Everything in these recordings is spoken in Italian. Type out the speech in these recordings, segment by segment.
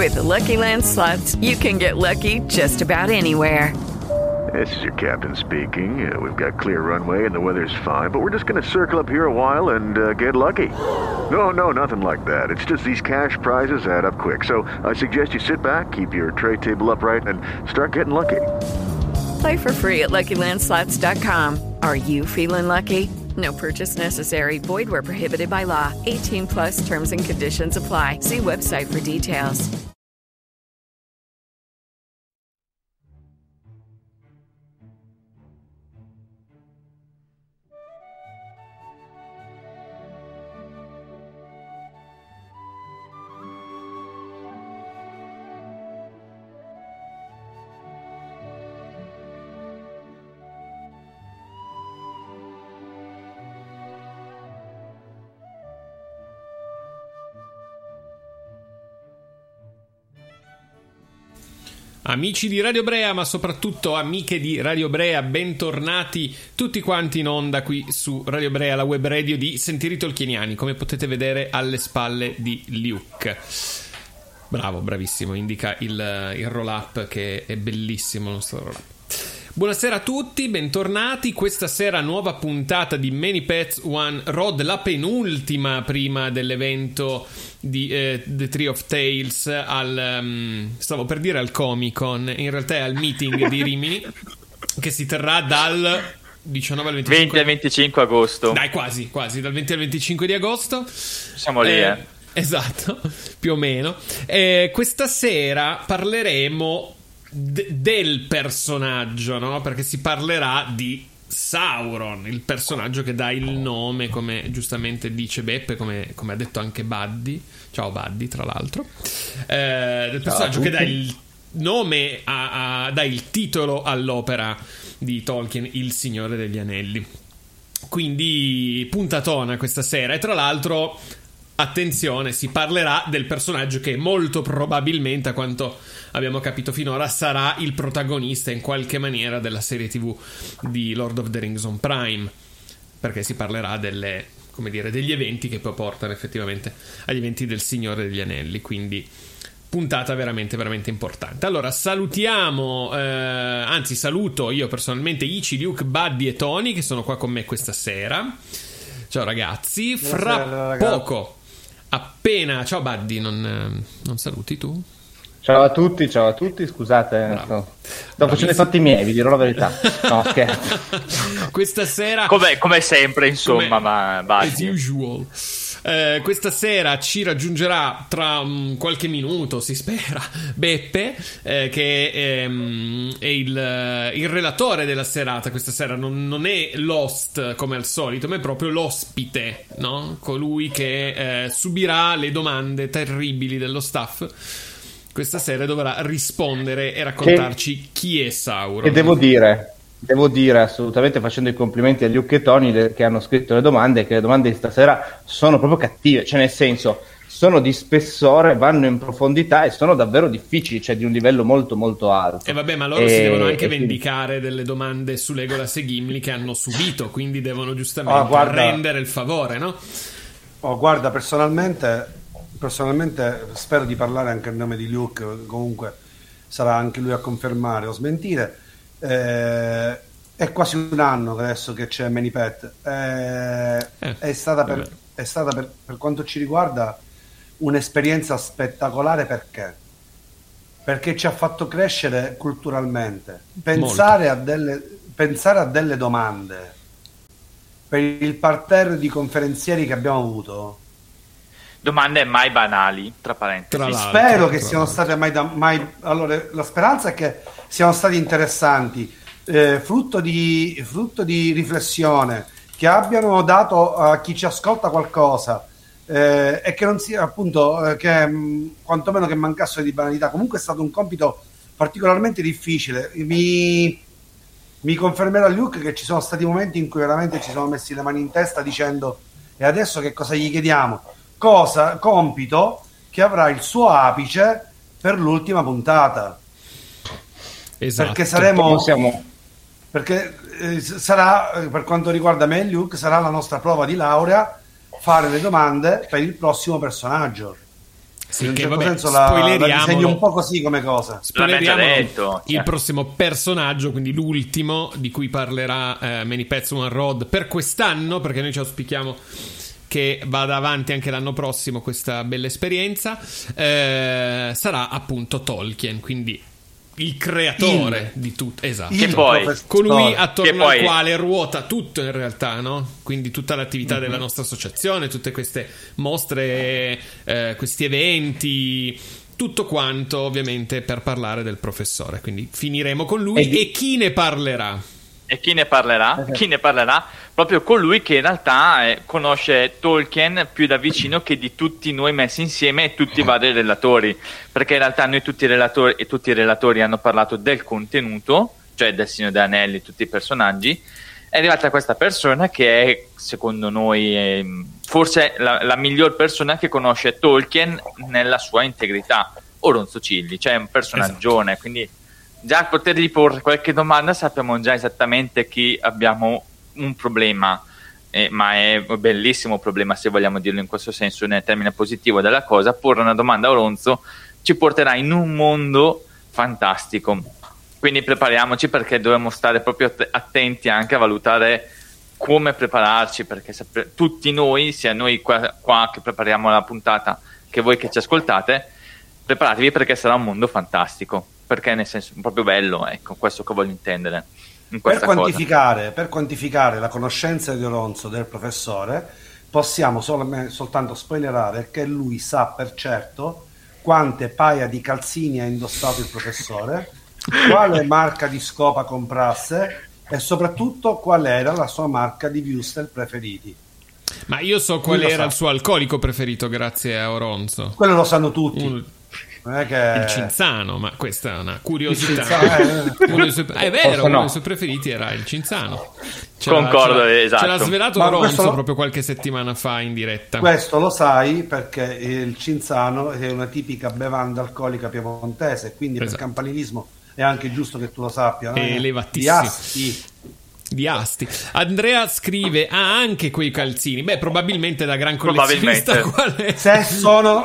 With the Lucky Land Slots, you can get lucky just about anywhere. This is your captain speaking. We've got clear runway and the weather's fine, but we're just going to circle up here a while and get lucky. No, nothing like that. It's just these cash prizes add up quick. So I suggest you sit back, keep your tray table upright, and start getting lucky. Play for free at LuckyLandSlots.com. Are you feeling lucky? No purchase necessary. Void where prohibited by law. 18 plus terms and conditions apply. See website for details. Amici di Radio Brea, ma soprattutto amiche di Radio Brea, bentornati tutti quanti in onda qui su Radio Brea, la web radio di Sentieri Tolkieniani, come potete vedere alle spalle di Luke. Bravo, bravissimo, indica il roll-up che è bellissimo il nostro roll-up. Buonasera a tutti, bentornati. Questa sera nuova puntata di Many Pets One Road, la penultima prima dell'evento di The Tree of Tales stavo per dire al Comic Con, in realtà è al meeting di Rimini che si terrà dal 19 al 25 20 al 25 agosto. Dai, quasi, dal 20 al 25 di agosto. Siamo lì, Esatto, più o meno. Questa sera parleremo del personaggio, no? Perché si parlerà di Sauron, il personaggio che dà il nome, come giustamente dice Beppe, come ha detto anche Buddy. Ciao Buddy, tra l'altro. Del personaggio che dà il nome, dà il titolo all'opera di Tolkien, Il Signore degli Anelli. Quindi puntatona questa sera. E tra l'altro, attenzione, si parlerà del personaggio che molto probabilmente, a quanto abbiamo capito finora, sarà il protagonista in qualche maniera della serie TV di Lord of the Rings on Prime, perché si parlerà degli eventi che poi portano effettivamente agli eventi del Signore degli Anelli. Quindi puntata veramente veramente importante. Allora salutiamo, anzi saluto io personalmente Ici, Luke, Buddy e Tony, che sono qua con me questa sera. Ciao ragazzi. Fra poco, appena... Ciao Buddy, non saluti tu? Ciao a tutti, scusate, sto facendo i fatti miei, vi dirò la verità. No, scherzo. Questa sera, come sempre, insomma, ma as usual. Questa sera ci raggiungerà tra qualche minuto, si spera, Beppe, che è il relatore della serata. Questa sera non è l'host come al solito, ma è proprio l'ospite, no? Colui che subirà le domande terribili dello staff. Questa sera dovrà rispondere e raccontarci chi è Sauron. E devo dire assolutamente, facendo i complimenti a Luke e Tony che hanno scritto le domande, che le domande di stasera sono proprio cattive, cioè nel senso sono di spessore, vanno in profondità e sono davvero difficili, cioè di un livello molto molto alto. E vabbè, ma loro si devono anche vendicare delle domande su Legolas e Gimli che hanno subito, quindi devono giustamente rendere il favore, no? Guarda, personalmente spero di parlare anche a nome di Luke, comunque sarà anche lui a confermare o smentire. È quasi un anno adesso che c'è Many Pet. È stata per quanto ci riguarda un'esperienza spettacolare, perché ci ha fatto crescere culturalmente, pensare a delle domande per il parterre di conferenzieri che abbiamo avuto. Domande mai banali, tra parentesi. Spero che siano state mai. Allora, la speranza è che siano stati interessanti, frutto di riflessione, che abbiano dato a chi ci ascolta qualcosa, e che non sia appunto quantomeno che mancassero di banalità. Comunque è stato un compito particolarmente difficile. Mi confermerà Luke che ci sono stati momenti in cui veramente ci siamo messi le mani in testa dicendo: e adesso che cosa gli chiediamo? Compito che avrà il suo apice per l'ultima puntata. Esatto. Perché sarà, per quanto riguarda me e Luke, sarà la nostra prova di laurea fare le domande per il prossimo personaggio. Sì, in un che certo vabbè, senso la disegno un po' così come cosa. Spoileriamo detto, il prossimo personaggio, quindi l'ultimo di cui parlerà Many Pets One Road per quest'anno, perché noi ci auspichiamo che vada avanti anche l'anno prossimo questa bella esperienza, sarà appunto Tolkien, quindi il creatore di tutto, esatto, che poi colui attorno al poi quale ruota tutto in realtà, no? Quindi tutta l'attività della nostra associazione, tutte queste mostre, questi eventi, tutto quanto ovviamente per parlare del professore. Quindi finiremo con lui e chi ne parlerà? E chi ne parlerà? Chi ne parlerà? Proprio colui che in realtà conosce Tolkien più da vicino che di tutti noi messi insieme e tutti i vari relatori, perché in realtà noi tutti i relatori hanno parlato del contenuto, cioè del Signore degli Anelli, tutti i personaggi. È arrivata questa persona che è, secondo noi, forse la miglior persona che conosce Tolkien nella sua integrità, Oronzo Cilli, cioè un personaggione, quindi già a potergli porre qualche domanda sappiamo già esattamente chi abbiamo un problema, ma è un bellissimo problema, se vogliamo dirlo in questo senso, nel termine positivo della cosa. Porre una domanda a Oronzo ci porterà in un mondo fantastico, quindi prepariamoci, perché dobbiamo stare proprio attenti anche a valutare come prepararci, perché tutti noi, sia noi qua che prepariamo la puntata che voi che ci ascoltate, preparatevi, perché sarà un mondo fantastico, perché nel senso proprio bello, ecco, questo che voglio intendere in questa per quantificare la conoscenza di Oronzo del professore, possiamo soltanto spoilerare che lui sa per certo quante paia di calzini ha indossato il professore, quale marca di scopa comprasse e soprattutto qual era la sua marca di wurstel preferiti. Ma io so qual era il suo alcolico preferito grazie a Oronzo. Quello lo sanno tutti. Non è che... Il Cinzano, ma questa è una curiosità. È vero, uno dei suoi preferiti era il Cinzano. Concordo, esatto. Ce l'ha svelato Oronzo proprio qualche settimana fa in diretta. Questo lo sai perché il Cinzano è una tipica bevanda alcolica piemontese, quindi per campanilismo è anche giusto che tu lo sappia. È elevatissimo. Di Asti. Andrea scrive: ha anche quei calzini. Beh, probabilmente da gran collezionista se sono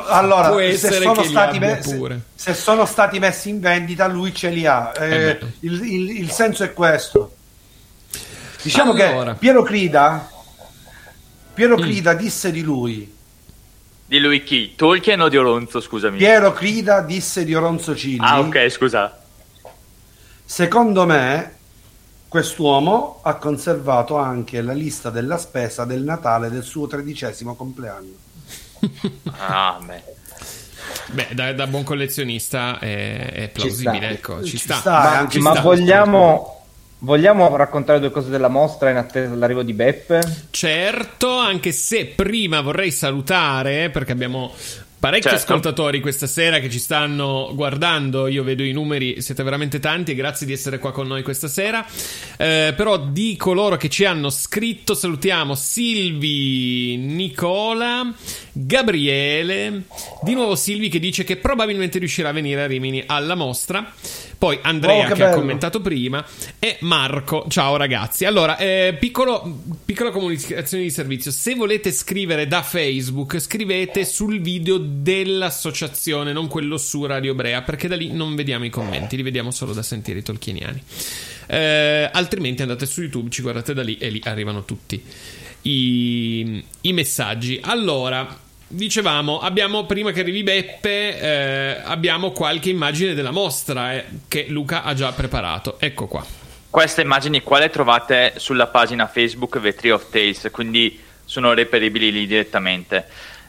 stati messi in vendita, lui ce li ha. Il senso è questo. Diciamo che Piero Crida disse di lui. Di lui chi? Tolkien o di Oronzo, scusami? Piero Crida disse di Oronzo Cilli. Ah, ok, scusa. Secondo me quest'uomo ha conservato anche la lista della spesa del Natale del suo 13° compleanno. Ah, beh, da buon collezionista è plausibile, ecco, ci sta. Ma vogliamo raccontare due cose della mostra in attesa dell'arrivo di Beppe? Certo, anche se prima vorrei salutare, perché abbiamo parecchi ascoltatori questa sera che ci stanno guardando. Io vedo i numeri, siete veramente tanti e grazie di essere qua con noi questa sera. Però di coloro che ci hanno scritto salutiamo Silvi, Nicola, Gabriele, di nuovo Silvi che dice che probabilmente riuscirà a venire a Rimini alla mostra. Poi Andrea che ha commentato prima e Marco. Ciao ragazzi. Allora, piccola comunicazione di servizio: se volete scrivere da Facebook, scrivete sul video dell'associazione, non quello su Radio Brea, perché da lì non vediamo i commenti, li vediamo solo da Sentieri Tolkieniani. Altrimenti andate su YouTube, ci guardate da lì e lì arrivano tutti i messaggi. Allora, dicevamo, abbiamo, prima che arrivi Beppe, abbiamo qualche immagine della mostra che Luca ha già preparato. Ecco qua. Queste immagini qua le trovate sulla pagina Facebook The Tree of Tales, quindi sono reperibili lì direttamente.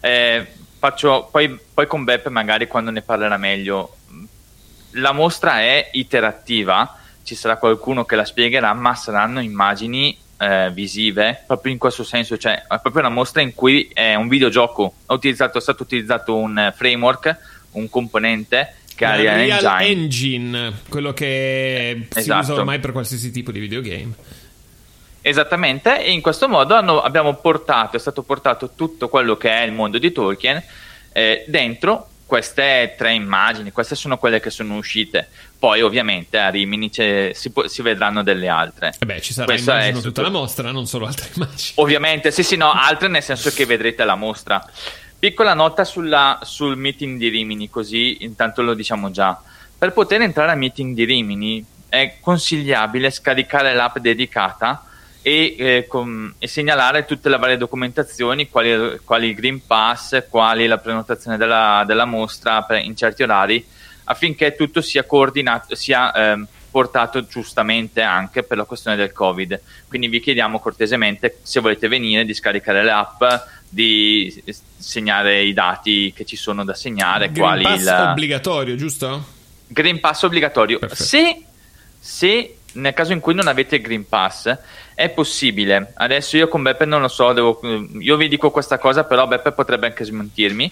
Poi con Beppe magari quando ne parlerà meglio. La mostra è iterativa, ci sarà qualcuno che la spiegherà, ma saranno immagini visive, proprio in questo senso, cioè è proprio una mostra in cui è un videogioco. È stato utilizzato un framework, un componente che è Unreal Engine, quello che si usa ormai per qualsiasi tipo di videogame. Esattamente, e in questo modo è stato portato tutto quello che è il mondo di Tolkien dentro queste 3 immagini. Queste sono quelle che sono uscite. Poi ovviamente a Rimini si vedranno delle altre. Ci sarà, immagino, tutta la mostra, non solo altre immagini. Ovviamente, sì, no, altre nel senso che vedrete la mostra. Piccola nota sul meeting di Rimini, così intanto lo diciamo già. Per poter entrare al meeting di Rimini è consigliabile scaricare l'app dedicata e segnalare tutte le varie documentazioni, quali il Green Pass, quali la prenotazione della mostra in certi orari, affinché tutto sia coordinato, sia portato giustamente anche per la questione del Covid. Quindi vi chiediamo cortesemente, se volete venire, di scaricare l'app, di segnare i dati che ci sono da segnare. Green Pass obbligatorio, giusto? Green Pass obbligatorio. Se nel caso in cui non avete il Green Pass, è possibile. Adesso io con Beppe non lo so, io vi dico questa cosa, però Beppe potrebbe anche smentirmi.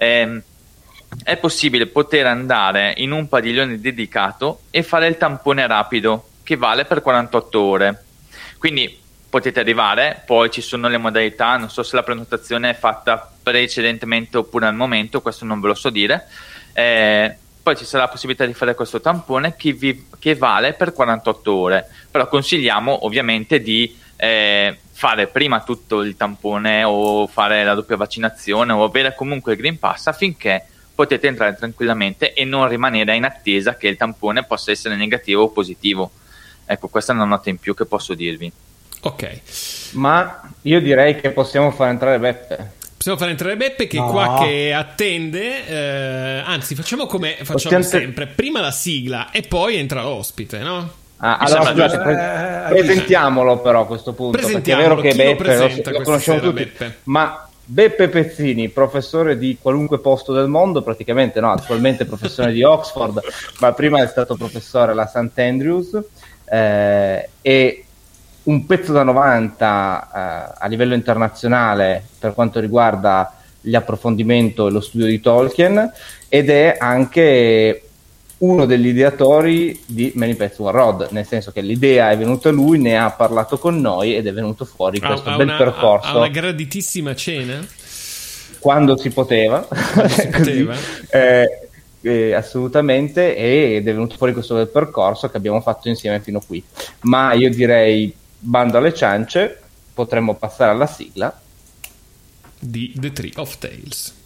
È possibile poter andare in un padiglione dedicato e fare il tampone rapido, che vale per 48 ore. Quindi potete arrivare, poi ci sono le modalità, non so se la prenotazione è fatta precedentemente oppure al momento, questo non ve lo so dire. Poi ci sarà la possibilità di fare questo tampone che vale per 48 ore, però consigliamo ovviamente di fare prima tutto il tampone o fare la doppia vaccinazione o avere comunque il Green Pass, affinché potete entrare tranquillamente e non rimanere in attesa che il tampone possa essere negativo o positivo. Ecco, questa è una nota in più che posso dirvi. Ok. Ma io direi che possiamo far entrare Beppe. Possiamo fare entrare Beppe, che è qua che attende. Anzi, facciamo come facciamo sempre: prima la sigla e poi entra l'ospite, no? Allora scusate, presentiamolo però a questo punto, perché è vero che Beppe lo conosciamo tutti, Beppe. Ma Beppe Pezzini, professore di qualunque posto del mondo, praticamente no, attualmente professore di Oxford, ma prima è stato professore alla St. Andrews, e un pezzo da 90 a livello internazionale per quanto riguarda gli approfondimento e lo studio di Tolkien, ed è anche uno degli ideatori di Many Paths One Road, nel senso che l'idea è venuta a lui, ne ha parlato con noi ed è venuto fuori questo bel percorso. A una graditissima cena? Quando si poteva. Assolutamente, ed è venuto fuori questo bel percorso che abbiamo fatto insieme fino qui. Ma io direi, bando alle ciance, potremmo passare alla sigla di The Tree of Tales.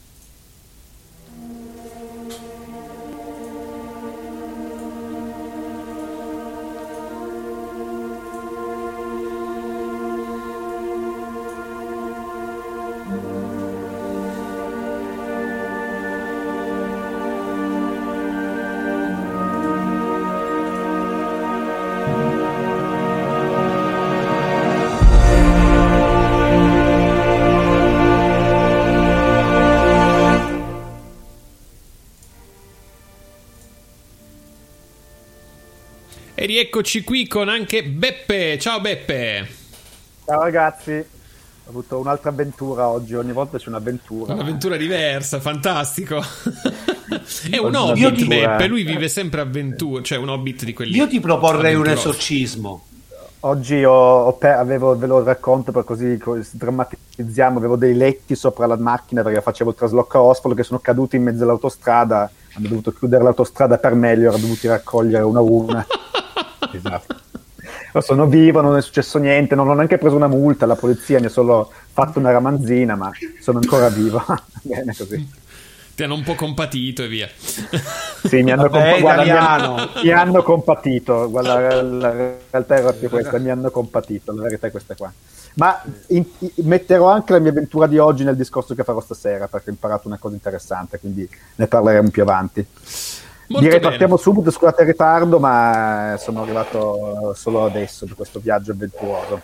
E rieccoci qui con anche Beppe. Ciao Beppe. Ciao ragazzi. Ho avuto un'altra avventura oggi, ogni volta c'è un'avventura. Un'avventura diversa, fantastico. È un hobbit Beppe, lui vive sempre avventure, cioè un hobbit di quelli. Io ti proporrei un esorcismo. Oggi ve lo racconto per così drammatizziamo, avevo dei letti sopra la macchina perché facevo il trasloco a Oxford, che sono caduti in mezzo all'autostrada, hanno dovuto chiudere l'autostrada per me, li ho dovuti raccogliere una a una. Esatto. Sono vivo, non è successo niente, non ho neanche preso una multa, la polizia mi ha solo fatto una ramanzina, ma sono ancora vivo. Bene così. Ti hanno un po' compatito e via. Sì, mi hanno compatito. Guarda, la realtà era più questa, mi hanno compatito, la verità è questa qua. Ma metterò anche la mia avventura di oggi nel discorso che farò stasera, perché ho imparato una cosa interessante, quindi ne parleremo più avanti. Direi partiamo subito, scusate il ritardo, ma sono arrivato solo adesso per questo viaggio avventuroso.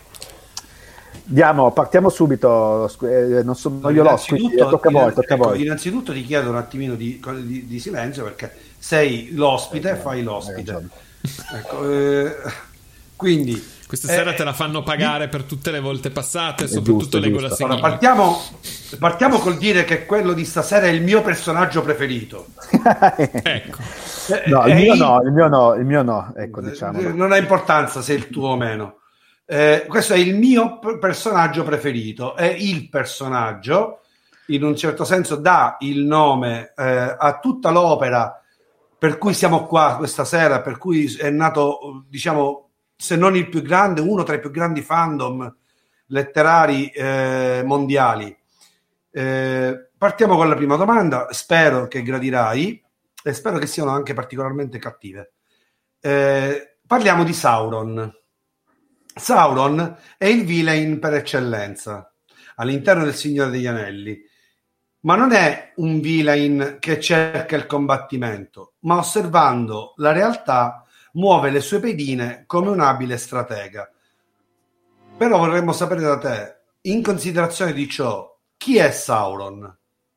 Partiamo subito. Non sono io tocca a voi. Innanzitutto ti chiedo un attimino di silenzio, perché sei l'ospite, fai l'ospite. Ecco, quindi questa sera te la fanno pagare per tutte le volte passate, soprattutto leggo la seconda. Allora, partiamo col dire che quello di stasera è il mio personaggio preferito. Ecco. No, il mio no. Ecco, diciamo. Non ha importanza se è il tuo o meno. Questo è il mio personaggio preferito. È il personaggio, in un certo senso, dà il nome a tutta l'opera per cui siamo qua questa sera, per cui è nato, diciamo, se non il più grande, uno tra i più grandi fandom letterari mondiali. Partiamo con la prima domanda, spero che gradirai e spero che siano anche particolarmente cattive. Parliamo di Sauron. Sauron è il villain per eccellenza all'interno del Signore degli Anelli, ma non è un villain che cerca il combattimento, ma osservando la realtà muove le sue pedine come un abile stratega. Però vorremmo sapere da te, in considerazione di ciò, chi è Sauron?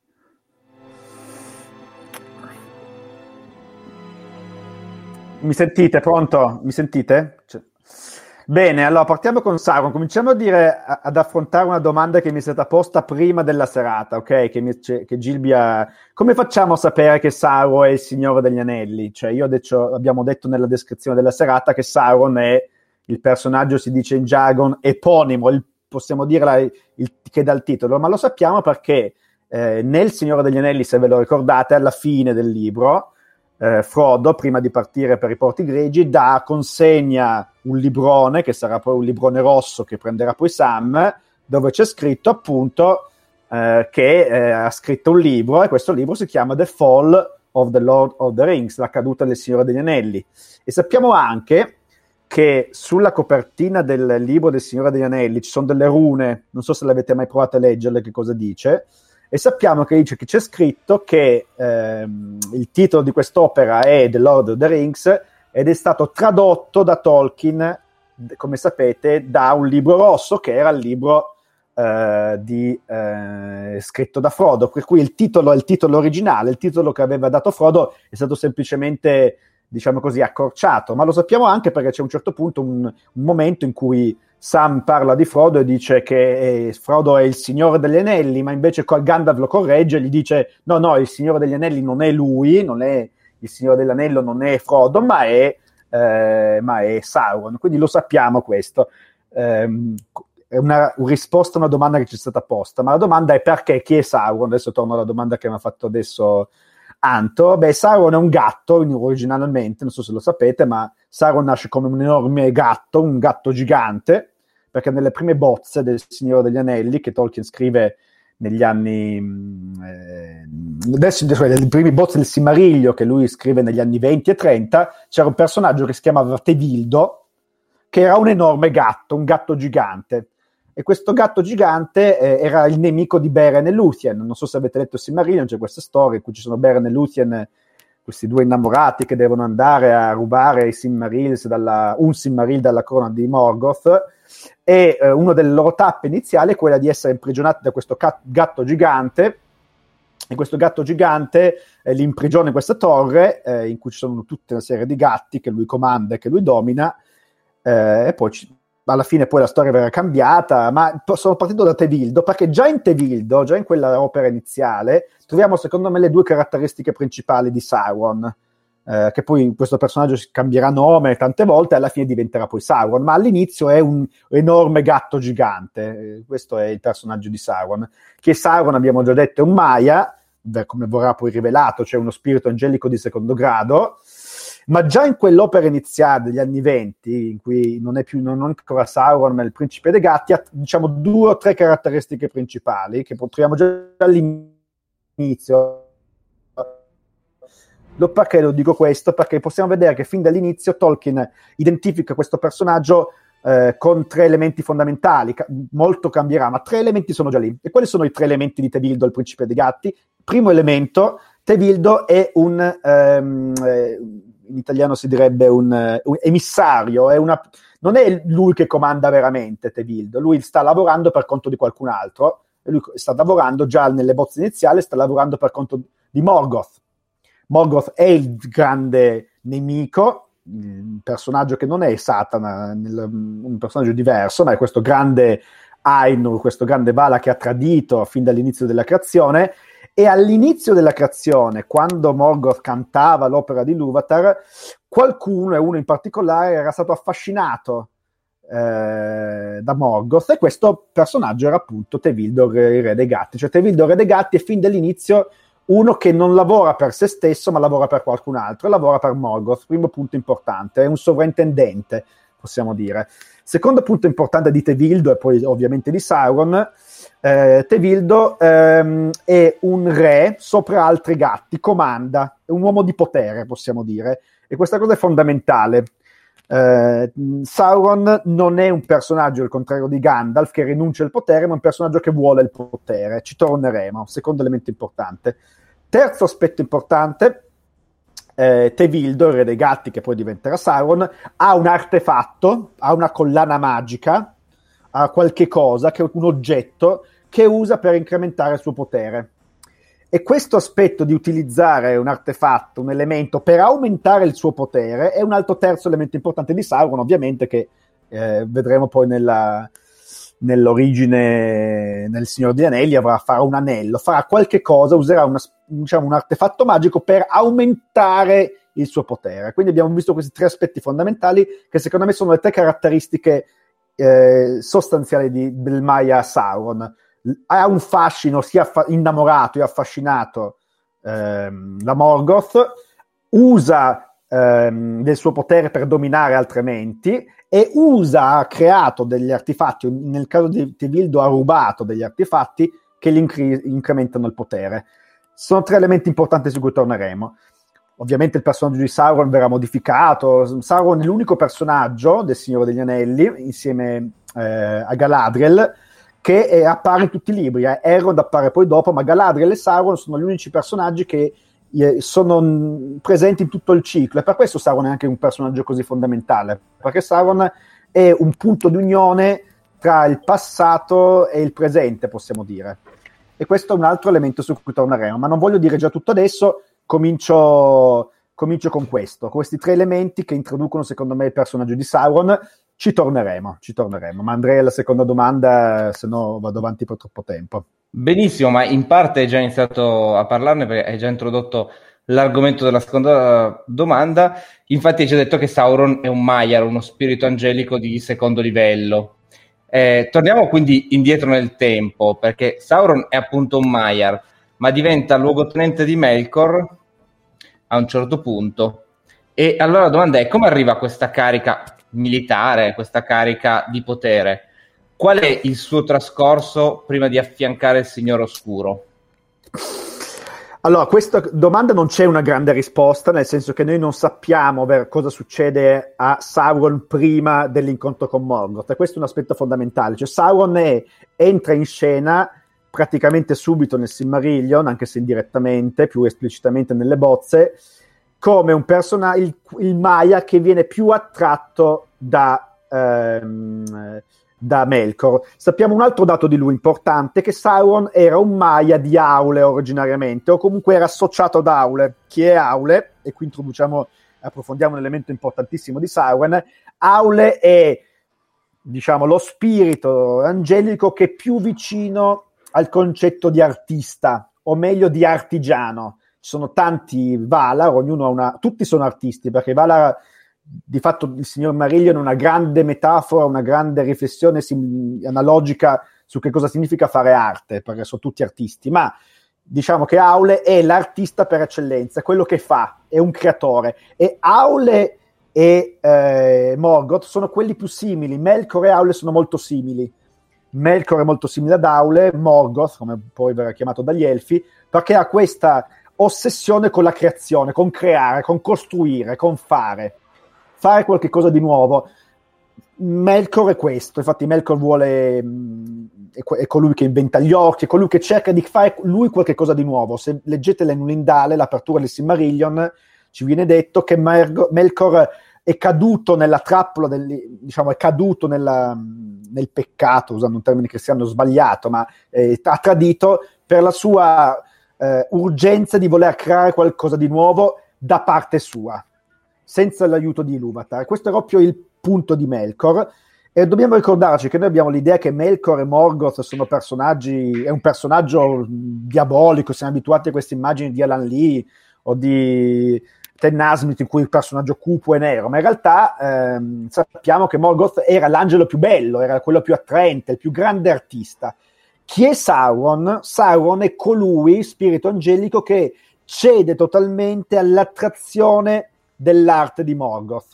Mi sentite? Pronto? Mi sentite? Bene, allora partiamo con Sauron. Cominciamo ad affrontare una domanda che mi è stata posta prima della serata, ok? Che Gilby ha... Come facciamo a sapere che Sauron è il Signore degli Anelli? Cioè, abbiamo detto nella descrizione della serata che Sauron è il personaggio, si dice in jargon, eponimo, possiamo dire che dà il titolo, ma lo sappiamo perché nel Signore degli Anelli, se ve lo ricordate, alla fine del libro, Frodo, prima di partire per i Porti Grigi, consegna un librone, che sarà poi un librone rosso che prenderà poi Sam, dove c'è scritto appunto che ha scritto un libro, e questo libro si chiama The Fall of the Lord of the Rings, la caduta del Signore degli Anelli. E sappiamo anche che sulla copertina del libro del Signore degli Anelli ci sono delle rune, non so se l'avete mai provato a leggerle, che cosa dice, e sappiamo che dice che c'è scritto che il titolo di quest'opera è The Lord of the Rings ed è stato tradotto da Tolkien, come sapete, da un libro rosso che era il libro scritto da Frodo, per cui il titolo è il titolo originale, il titolo che aveva dato Frodo è stato semplicemente, diciamo così, accorciato, ma lo sappiamo anche perché c'è un certo punto un momento in cui Sam parla di Frodo e dice che Frodo è il Signore degli Anelli, ma invece Gandalf lo corregge e gli dice no, il Signore degli Anelli non è lui, non è il Signore dell'Anello, non è Frodo, ma è Sauron, quindi lo sappiamo questo. È una risposta a una domanda che ci è stata posta, ma la domanda è perché, chi è Sauron? Adesso torno alla domanda che mi ha fatto adesso Anto. Sauron è un gatto originalmente, non so se lo sapete, ma Sauron nasce come un enorme gatto, un gatto gigante, perché nelle prime bozze del Signore degli Anelli, che Tolkien scrive negli anni nei primi bozze del Silmarillion, che lui scrive negli anni 20 e 30, c'era un personaggio che si chiamava Tevildo, che era un enorme gatto, un gatto gigante. E questo gatto gigante era il nemico di Beren e Lúthien. Non so se avete letto Silmarillion, c'è questa storia in cui ci sono Beren e Lúthien, questi due innamorati che devono andare a rubare un Silmaril dalla corona di Morgoth, e una delle loro tappe iniziali è quella di essere imprigionati da questo gatto gigante, e questo gatto gigante li imprigiona in questa torre in cui ci sono tutta una serie di gatti che lui comanda e che lui domina, e poi alla fine poi la storia verrà cambiata, ma sono partito da Tevildo perché già in Tevildo, già in quella opera iniziale, troviamo secondo me le due caratteristiche principali di Sauron, che poi questo personaggio cambierà nome tante volte e alla fine diventerà poi Sauron, ma all'inizio è un enorme gatto gigante. Questo è il personaggio di Sauron, che Sauron, abbiamo già detto, è un Maia, come verrà poi rivelato, cioè uno spirito angelico di secondo grado. Ma già in quell'opera iniziale degli anni 20, in cui non è ancora Sauron ma il principe dei gatti, ha diciamo 2 o 3 caratteristiche principali che troviamo già all'inizio. Perché lo dico questo? Perché possiamo vedere che fin dall'inizio Tolkien identifica questo personaggio con 3 elementi fondamentali. Molto cambierà, ma 3 elementi sono già lì. E quali sono i 3 elementi di Tevildo, il principe dei gatti? Primo elemento: Tevildo è in italiano si direbbe un emissario, non è lui che comanda veramente Tevildo, lui sta lavorando per conto di qualcun altro, e lui sta lavorando già nelle bozze iniziali, sta lavorando per conto di Morgoth. Morgoth è il grande nemico, un personaggio che non è Satana, un personaggio diverso, ma è questo grande Ainur, questo grande Vala che ha tradito fin dall'inizio della creazione. E all'inizio della creazione, quando Morgoth cantava l'opera di Ilúvatar, qualcuno, e uno in particolare, era stato affascinato da Morgoth, e questo personaggio era appunto Tevildo, il re dei gatti. Cioè Tevildo, il re dei gatti, è fin dall'inizio uno che non lavora per se stesso, ma lavora per qualcun altro, e lavora per Morgoth. Primo punto importante, è un sovrintendente. possiamo dire. Secondo punto importante di Tevildo e poi ovviamente di Sauron, Tevildo è un re sopra altri gatti, comanda, è un uomo di potere, possiamo dire, e questa cosa è fondamentale. Sauron non è un personaggio, al contrario di Gandalf, che rinuncia al potere, ma è un personaggio che vuole il potere. Ci torneremo, secondo elemento importante. Terzo aspetto importante, Tevildo, il re dei gatti, che poi diventerà Sauron, ha un artefatto, ha una collana magica, ha qualche cosa, che è un oggetto che usa per incrementare il suo potere. E questo aspetto di utilizzare un artefatto, un elemento per aumentare il suo potere è un altro terzo elemento importante di Sauron, ovviamente, che vedremo poi nell'origine, nel Signore degli Anelli, farà un anello, farà qualche cosa, userà un artefatto magico per aumentare il suo potere. Quindi abbiamo visto questi tre aspetti fondamentali che secondo me sono le tre caratteristiche sostanziali del Maya Sauron. Ha un fascino, sia innamorato e affascinato da Morgoth, usa del suo potere per dominare altre menti e ha creato degli artefatti, nel caso di Tevildo ha rubato degli artefatti che gli incrementano il potere. Sono tre elementi importanti su cui torneremo. Ovviamente il personaggio di Sauron verrà modificato. Sauron è l'unico personaggio del Signore degli Anelli, insieme a Galadriel, che appare in tutti i libri. Elrond appare poi dopo, ma Galadriel e Sauron sono gli unici personaggi che sono presenti in tutto il ciclo, e per questo Sauron è anche un personaggio così fondamentale, perché Sauron è un punto di unione tra il passato e il presente, possiamo dire. E questo è un altro elemento su cui torneremo, ma non voglio dire già tutto adesso. Comincio con questi tre elementi che introducono secondo me il personaggio di Sauron. Ci torneremo, ma andrei alla seconda domanda, se no vado avanti per troppo tempo. Benissimo, ma in parte hai già iniziato a parlarne perché hai già introdotto l'argomento della seconda domanda. Infatti hai già detto che Sauron è un Maiar, uno spirito angelico di secondo livello. Torniamo quindi indietro nel tempo, perché Sauron è appunto un Maiar, ma diventa luogotenente di Melkor a un certo punto. E allora la domanda è: come arriva a questa carica militare, questa carica di potere? Qual è il suo trascorso prima di affiancare il Signore Oscuro? Allora, a questa domanda non c'è una grande risposta, nel senso che noi non sappiamo cosa succede a Sauron prima dell'incontro con Morgoth, e questo è un aspetto fondamentale. Cioè Sauron entra in scena praticamente subito nel Silmarillion, anche se indirettamente, più esplicitamente nelle bozze, come un personaggio, il Maia che viene più attratto da Melkor. Sappiamo un altro dato di lui importante, che Sauron era un Maia di Aule originariamente, o comunque era associato ad Aule. Chi è Aule? E qui approfondiamo un elemento importantissimo di Sauron. Aule è, diciamo, lo spirito angelico che è più vicino al concetto di artista, o meglio di artigiano. Ci sono tanti Valar, tutti sono artisti, perché Valar, di fatto il signor Marillion è una grande metafora, una grande riflessione analogica su che cosa significa fare arte, perché sono tutti artisti, ma diciamo che Aule è l'artista per eccellenza, quello che fa, è un creatore, e Aule e Morgoth sono quelli più simili. Melkor e Aule sono molto simili. Melkor è molto simile ad Aule, Morgoth, come poi verrà chiamato dagli Elfi, perché ha questa ossessione con la creazione, con creare, con costruire, con fare qualche cosa di nuovo. Melkor è questo, infatti Melkor è colui che inventa gli orchi, è colui che cerca di fare lui qualche cosa di nuovo. Se leggete l'Enulindale, l'apertura del Silmarillion, ci viene detto che Melkor è caduto nella trappola, è caduto nel peccato, usando un termine cristiano sbagliato, ma ha tradito per la sua urgenza di voler creare qualcosa di nuovo da parte sua, senza l'aiuto di Ilúvatar. Questo è proprio il punto di Melkor, e dobbiamo ricordarci che noi abbiamo l'idea che Melkor e Morgoth sono è un personaggio diabolico. Siamo abituati a queste immagini di Alan Lee o di Ten Nasmith, in cui il personaggio cupo e nero, ma in realtà sappiamo che Morgoth era l'angelo più bello, era quello più attraente, il più grande artista. Chi è Sauron? Sauron è colui, spirito angelico, che cede totalmente all'attrazione dell'arte di Morgoth.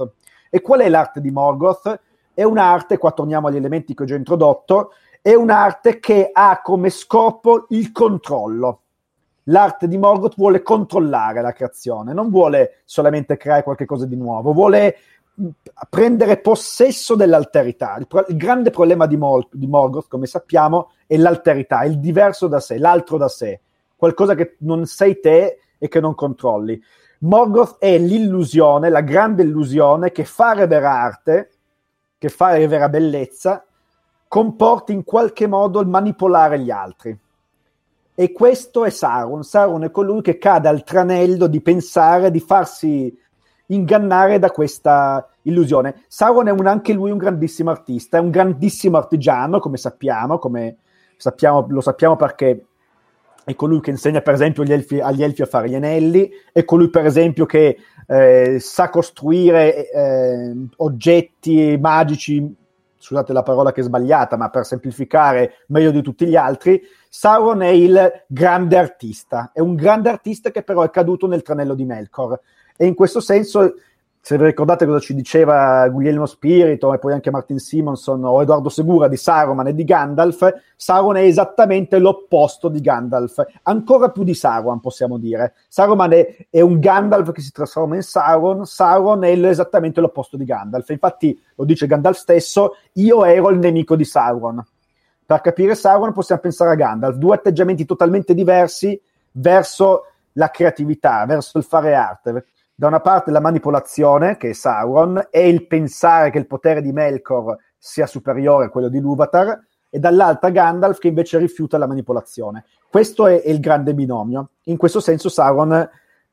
E qual è l'arte di Morgoth? È un'arte, qua torniamo agli elementi che ho già introdotto, è un'arte che ha come scopo il controllo. L'arte di Morgoth vuole controllare la creazione, non vuole solamente creare qualcosa di nuovo, vuole prendere possesso dell'alterità. Il grande problema di Morgoth, come sappiamo, è l'alterità, il diverso da sé, l'altro da sé, qualcosa che non sei te e che non controlli. Morgoth è l'illusione, la grande illusione che fare vera arte, che fare vera bellezza, comporti in qualche modo il manipolare gli altri. E questo è Sauron. Sauron è colui che cade al tranello di pensare, di farsi ingannare da questa illusione. Sauron è anche lui un grandissimo artista, è un grandissimo artigiano, come sappiamo, lo sappiamo perché è colui che insegna per esempio agli elfi a fare gli anelli, è colui per esempio che sa costruire oggetti magici, scusate la parola che è sbagliata, ma per semplificare meglio di tutti gli altri. Sauron è il grande artista, è un grande artista che però è caduto nel tranello di Melkor, e in questo senso, se vi ricordate cosa ci diceva Guglielmo Spirito e poi anche Martin Simonson o Edoardo Segura di Saruman e di Gandalf, Sauron è esattamente l'opposto di Gandalf, ancora più di Sauron possiamo dire. Saruman è un Gandalf che si trasforma in Sauron, Sauron è esattamente l'opposto di Gandalf, infatti lo dice Gandalf stesso: io ero il nemico di Sauron. Per capire Sauron possiamo pensare a Gandalf, due atteggiamenti totalmente diversi verso la creatività, verso il fare arte. Da una parte la manipolazione, che è Sauron, e il pensare che il potere di Melkor sia superiore a quello di Ilúvatar, e dall'altra Gandalf che invece rifiuta la manipolazione. Questo è il grande binomio. In questo senso Sauron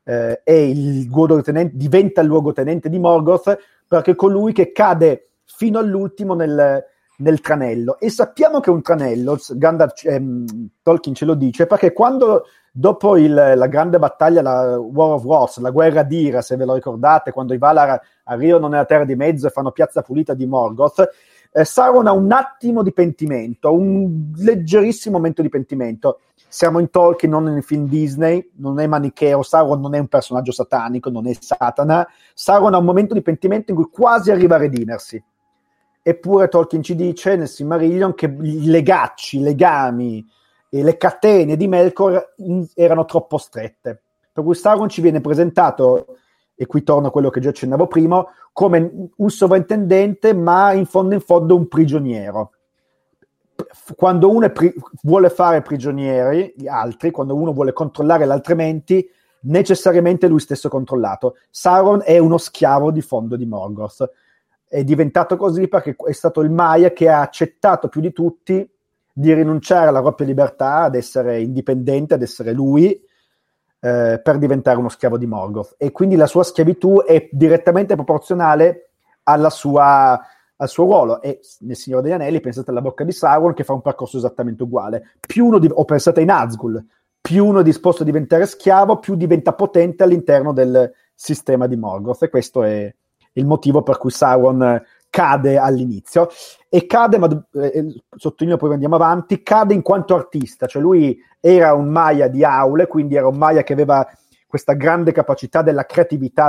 diventa il luogotenente di Morgoth, perché è colui che cade fino all'ultimo nel tranello. E sappiamo che è un tranello, Tolkien ce lo dice, perché quando dopo la grande battaglia, la War of Wars, la guerra d'Ira, se ve lo ricordate, quando i Valar arrivano nella Terra di Mezzo e fanno piazza pulita di Morgoth, Sauron ha un attimo di pentimento, un leggerissimo momento di pentimento. Siamo in Tolkien, non nel film Disney, non è manicheo, Sauron non è un personaggio satanico, non è Satana. Sauron ha un momento di pentimento in cui quasi arriva a redimersi. Eppure Tolkien ci dice nel Silmarillion che i legami e le catene di Melkor erano troppo strette, per cui Sauron ci viene presentato, e qui torno a quello che già accennavo prima, come un sovrintendente, ma in fondo un prigioniero. Quando uno vuole fare prigionieri gli altri, quando uno vuole controllare l'altrementi, necessariamente lui stesso controllato. Sauron è uno schiavo di fondo di Morgoth, è diventato così perché è stato il Maia che ha accettato più di tutti di rinunciare alla propria libertà, ad essere indipendente, ad essere lui, per diventare uno schiavo di Morgoth. E quindi la sua schiavitù è direttamente proporzionale al suo ruolo. E nel Signore degli Anelli pensate alla bocca di Sauron, che fa un percorso esattamente uguale. O pensate ai Nazgûl, più uno è disposto a diventare schiavo, più diventa potente all'interno del sistema di Morgoth. E questo è il motivo per cui Sauron cade all'inizio, e cade, ma sottolineo poi andiamo avanti, cade in quanto artista, cioè lui era un Maia di aule, quindi era un Maia che aveva questa grande capacità della creatività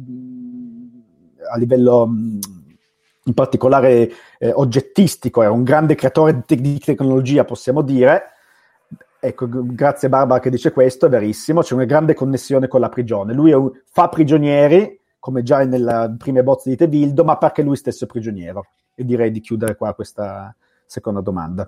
a livello in particolare oggettistico, era un grande creatore di tecnologia, possiamo dire. Ecco, grazie Barbara che dice questo, è verissimo, c'è una grande connessione con la prigione. Lui fa prigionieri, come già nelle prime bozze di Tevildo, ma perché lui stesso è prigioniero. E direi di chiudere qua questa seconda domanda.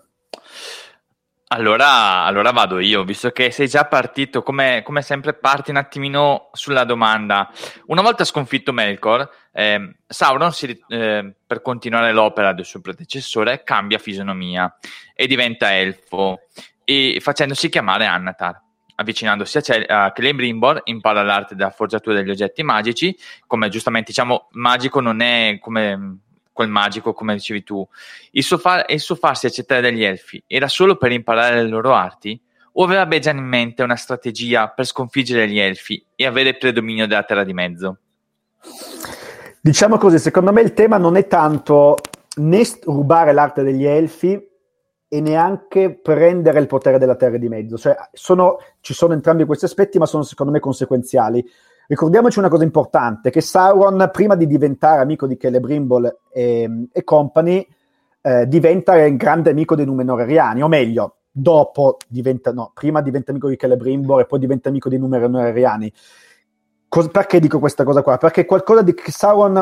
Allora vado io, visto che sei già partito, come sempre parti un attimino sulla domanda. Una volta sconfitto Melkor, Sauron, per continuare l'opera del suo predecessore, cambia fisionomia e diventa elfo, e facendosi chiamare Annatar. Avvicinandosi a Celebrimbor, impara l'arte della forgiatura degli oggetti magici. Come giustamente diciamo, magico non è come quel magico, come dicevi tu. Il suo farsi accettare dagli elfi era solo per imparare le loro arti? O aveva già in mente una strategia per sconfiggere gli elfi e avere il predominio della Terra di Mezzo? Diciamo così, secondo me il tema non è tanto né rubare l'arte degli elfi e neanche prendere il potere della Terra di Mezzo. Cioè, ci sono entrambi questi aspetti, ma sono secondo me conseguenziali. Ricordiamoci una cosa importante, che Sauron, prima di diventare amico di Celebrimbor e company, diventa il grande amico dei Númenóreani, o meglio, prima diventa amico di Celebrimbor e poi diventa amico dei Númenóreani. Perché dico questa cosa qua? Perché qualcosa che Sauron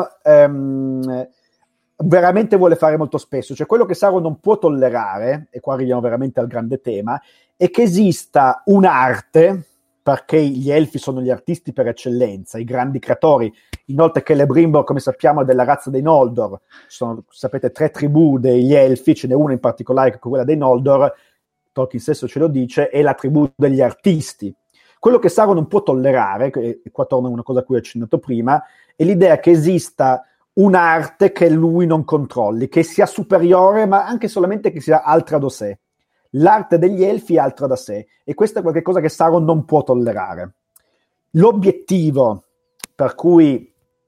veramente vuole fare molto spesso, cioè quello che Sauron non può tollerare, e qua arriviamo veramente al grande tema, è che esista un'arte, perché gli elfi sono gli artisti per eccellenza, i grandi creatori. Inoltre Celebrimbor, come sappiamo, è della razza dei Noldor. Ci sono, sapete, 3 tribù degli elfi, ce n'è una in particolare che è quella dei Noldor, Tolkien stesso ce lo dice, è la tribù degli artisti. Quello che Sauron non può tollerare, e qua torna una cosa a cui ho accennato prima, è l'idea che esista un'arte che lui non controlli, che sia superiore, ma anche solamente che sia altra da sé. L'arte degli elfi è altra da sé, e questo è qualcosa che Sauron non può tollerare. L'obiettivo per cui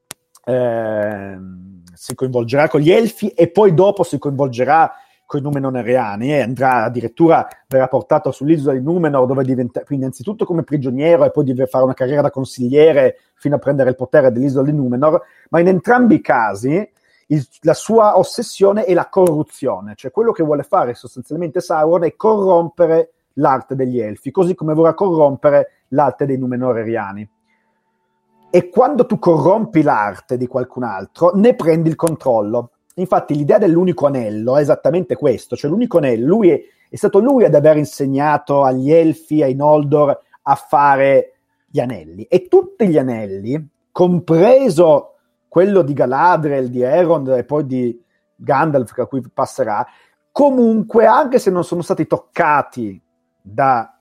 si coinvolgerà con gli elfi e poi dopo si coinvolgerà con i Númenóreani e andrà addirittura, verrà portato sull'isola di Númenor, dove diventa innanzitutto come prigioniero e poi deve fare una carriera da consigliere fino a prendere il potere dell'isola di Númenor, ma in entrambi i casi la sua ossessione è la corruzione, cioè quello che vuole fare sostanzialmente Sauron è corrompere l'arte degli elfi, così come vorrà corrompere l'arte dei Númenóreani. E quando tu corrompi l'arte di qualcun altro, ne prendi il controllo. Infatti l'idea dell'unico anello è esattamente questo, cioè l'unico anello, è stato lui ad aver insegnato agli elfi, ai Noldor, a fare gli anelli, e tutti gli anelli, compreso quello di Galadriel, di Elrond e poi di Gandalf, a cui passerà, comunque, anche se non sono stati toccati da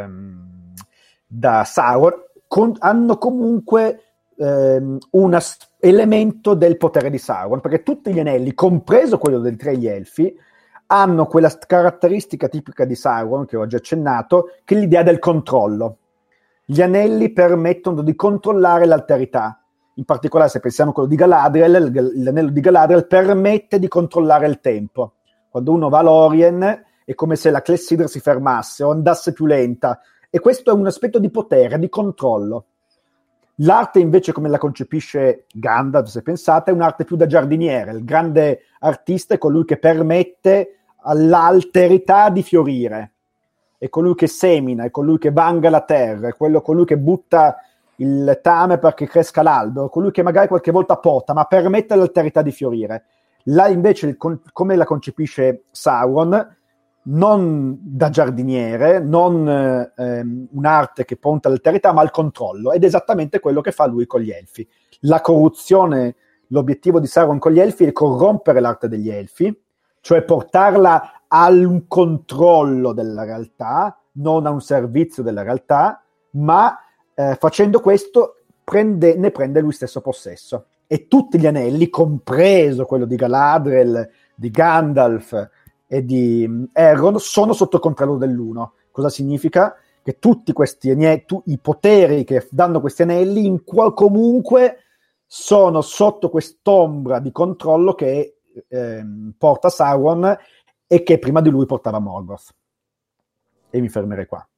Sauron, hanno comunque un elemento del potere di Sauron, perché tutti gli anelli, compreso quello dei 3 gli elfi, hanno quella caratteristica tipica di Sauron, che ho già accennato, che è l'idea del controllo. Gli anelli permettono di controllare l'alterità. In particolare, se pensiamo a quello di Galadriel, l'anello di Galadriel permette di controllare il tempo. Quando uno va a Lorien è come se la clessidra si fermasse o andasse più lenta, e questo è un aspetto di potere, di controllo. L'arte invece, come la concepisce Gandalf, se pensate, è un'arte più da giardiniere. Il grande artista è colui che permette all'alterità di fiorire, è colui che semina, è colui che vanga la terra, è colui che butta il letame perché cresca l'albero, colui che magari qualche volta pota, ma permette all'alterità di fiorire. Là invece, come la concepisce Sauron, non da giardiniere, non un'arte che punta all'alterità, ma al controllo, ed è esattamente quello che fa lui con gli elfi. La corruzione, l'obiettivo di Sauron con gli elfi è corrompere l'arte degli elfi, cioè portarla al controllo della realtà, non a un servizio della realtà, ma facendo questo ne prende lui stesso possesso. E tutti gli anelli, compreso quello di Galadriel, di Gandalf e di Elrond, sono sotto controllo dell'uno. Cosa significa? Che tutti questi i poteri che danno questi anelli comunque sono sotto quest'ombra di controllo che porta Sauron e che prima di lui portava Morgoth. E mi fermerei qua.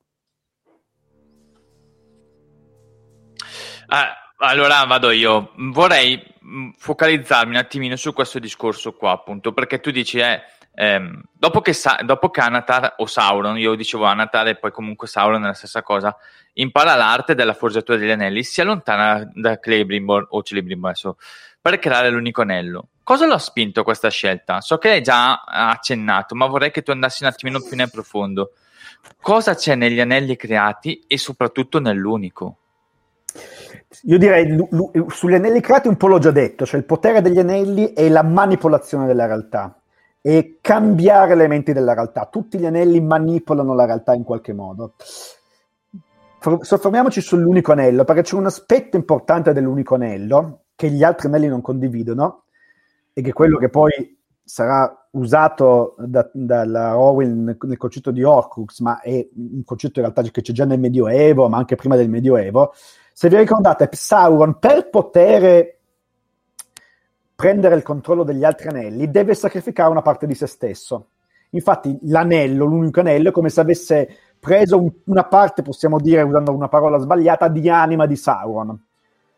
Allora vado io. Vorrei focalizzarmi un attimino su questo discorso qua, appunto, perché tu dici dopo che Anatar o Sauron, io dicevo Anatar e poi comunque Sauron è la stessa cosa, impara l'arte della forgiatura degli anelli, si allontana da Celebrimbor o Celebrimbor adesso per creare l'unico anello. Cosa l'ha spinto a questa scelta? So che hai già accennato, ma vorrei che tu andassi un attimino più nel profondo. Cosa c'è negli anelli creati e soprattutto nell'unico? Io direi sugli anelli creati un po' l'ho già detto, cioè il potere degli anelli è la manipolazione della realtà e cambiare elementi della realtà. Tutti gli anelli manipolano la realtà in qualche modo. Soffermiamoci sull'unico anello, perché c'è un aspetto importante dell'unico anello che gli altri anelli non condividono e che è quello che poi sarà usato dalla Rowling nel concetto di Horcrux, ma è un concetto in realtà che c'è già nel Medioevo, ma anche prima del Medioevo. Se vi ricordate, Sauron, per poter prendere il controllo degli altri anelli, deve sacrificare una parte di se stesso. Infatti l'anello, l'unico anello, è come se avesse preso una parte, possiamo dire, usando una parola sbagliata, di anima di Sauron.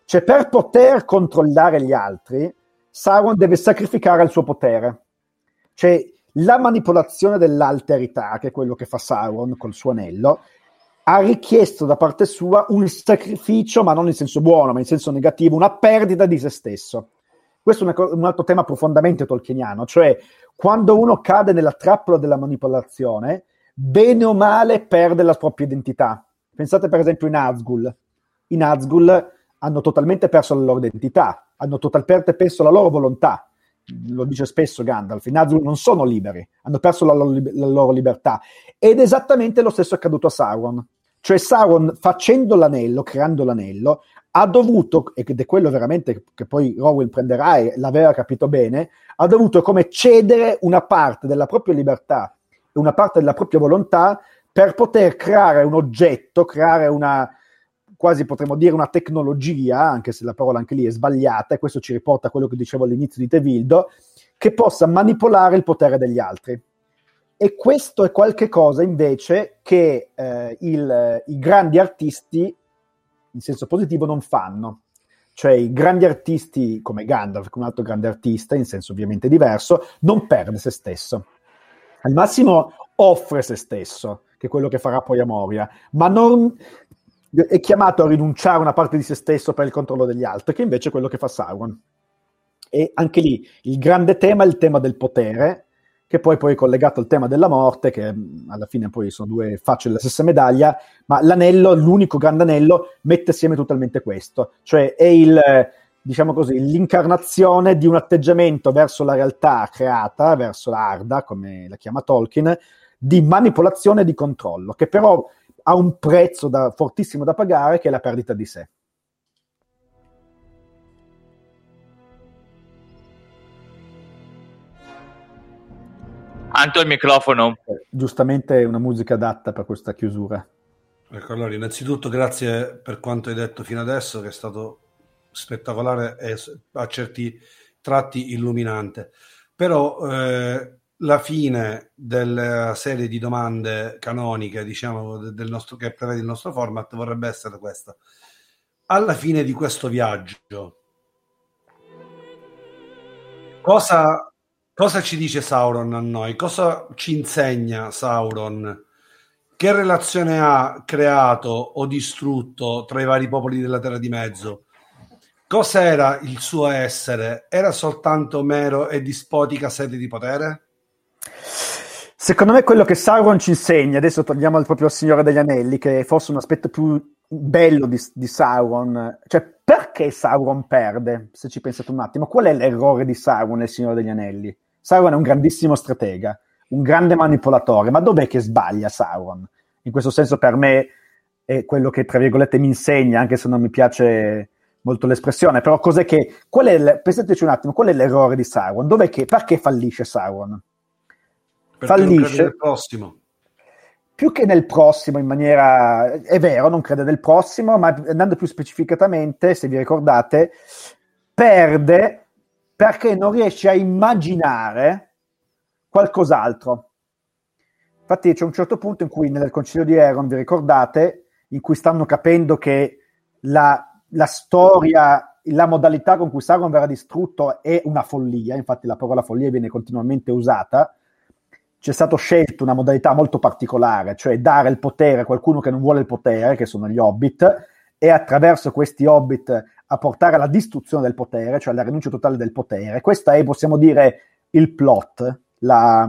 Cioè, per poter controllare gli altri, Sauron deve sacrificare il suo potere. Cioè, la manipolazione dell'alterità, che è quello che fa Sauron col suo anello, ha richiesto da parte sua un sacrificio, ma non in senso buono, ma in senso negativo, una perdita di se stesso. Questo è un altro tema profondamente tolkieniano, cioè quando uno cade nella trappola della manipolazione, bene o male perde la propria identità. Pensate per esempio in Nazgûl. I Nazgûl hanno totalmente perso la loro identità, hanno totalmente perso la loro volontà. Lo dice spesso Gandalf, i Nazgûl non sono liberi, hanno perso la loro libertà. Ed esattamente lo stesso è accaduto a Sauron. Cioè Sauron, facendo l'anello, creando l'anello, ha dovuto, ed è quello veramente che poi Rowling prenderà e l'aveva capito bene, ha dovuto come cedere una parte della propria libertà e una parte della propria volontà per poter creare un oggetto, creare una, quasi potremmo dire una tecnologia, anche se la parola anche lì è sbagliata, e questo ci riporta a quello che dicevo all'inizio di Tevildo, che possa manipolare il potere degli altri. E questo è qualche cosa invece che i grandi artisti, in senso positivo, non fanno. Cioè i grandi artisti come Gandalf, che è un altro grande artista, in senso ovviamente diverso, non perde se stesso. Al massimo offre se stesso, che è quello che farà poi a Moria, ma non è chiamato a rinunciare a una parte di se stesso per il controllo degli altri, che invece è quello che fa Sauron. E anche lì il grande tema è il tema del potere, che poi è collegato al tema della morte, che alla fine poi sono due facce della stessa medaglia, ma l'anello, l'unico grande anello, mette assieme totalmente questo, cioè è diciamo così, l'incarnazione di un atteggiamento verso la realtà creata, verso l'Arda, come la chiama Tolkien, di manipolazione e di controllo, che però ha un prezzo fortissimo da pagare, che è la perdita di sé. Anto il microfono. Giustamente una musica adatta per questa chiusura. Ecco, allora, innanzitutto grazie per quanto hai detto fino adesso, che è stato spettacolare e a certi tratti illuminante. Però la fine della serie di domande canoniche, diciamo, che prevede il nostro format, vorrebbe essere questa. Alla fine di questo viaggio, cosa ci dice Sauron a noi? Cosa ci insegna Sauron? Che relazione ha creato o distrutto tra i vari popoli della Terra di Mezzo? Cos'era il suo essere? Era soltanto mero e dispotica sete di potere? Secondo me quello che Sauron ci insegna, adesso torniamo proprio al Signore degli Anelli, che è forse un aspetto più bello di Sauron, cioè perché Sauron perde, se ci pensate un attimo, qual è l'errore di Sauron nel Signore degli Anelli? Sauron è un grandissimo stratega, un grande manipolatore, ma dov'è che sbaglia Sauron? In questo senso per me è quello che tra virgolette mi insegna, anche se non mi piace molto l'espressione, però pensateci un attimo, qual è l'errore di Sauron? Perché fallisce Sauron? Perché fallisce non crede nel prossimo. Più che nel prossimo, in maniera, è vero, non crede nel prossimo, ma andando più specificatamente, se vi ricordate, perde perché non riesce a immaginare qualcos'altro. Infatti c'è un certo punto in cui nel concilio di Eron, vi ricordate, in cui stanno capendo che la storia, la modalità con cui Sauron verrà distrutto è una follia, infatti la parola follia viene continuamente usata. C'è stato scelto una modalità molto particolare, cioè dare il potere a qualcuno che non vuole il potere, che sono gli Hobbit, e attraverso questi Hobbit a portare alla distruzione del potere, cioè alla rinuncia totale del potere. Questa è, possiamo dire, il plot, la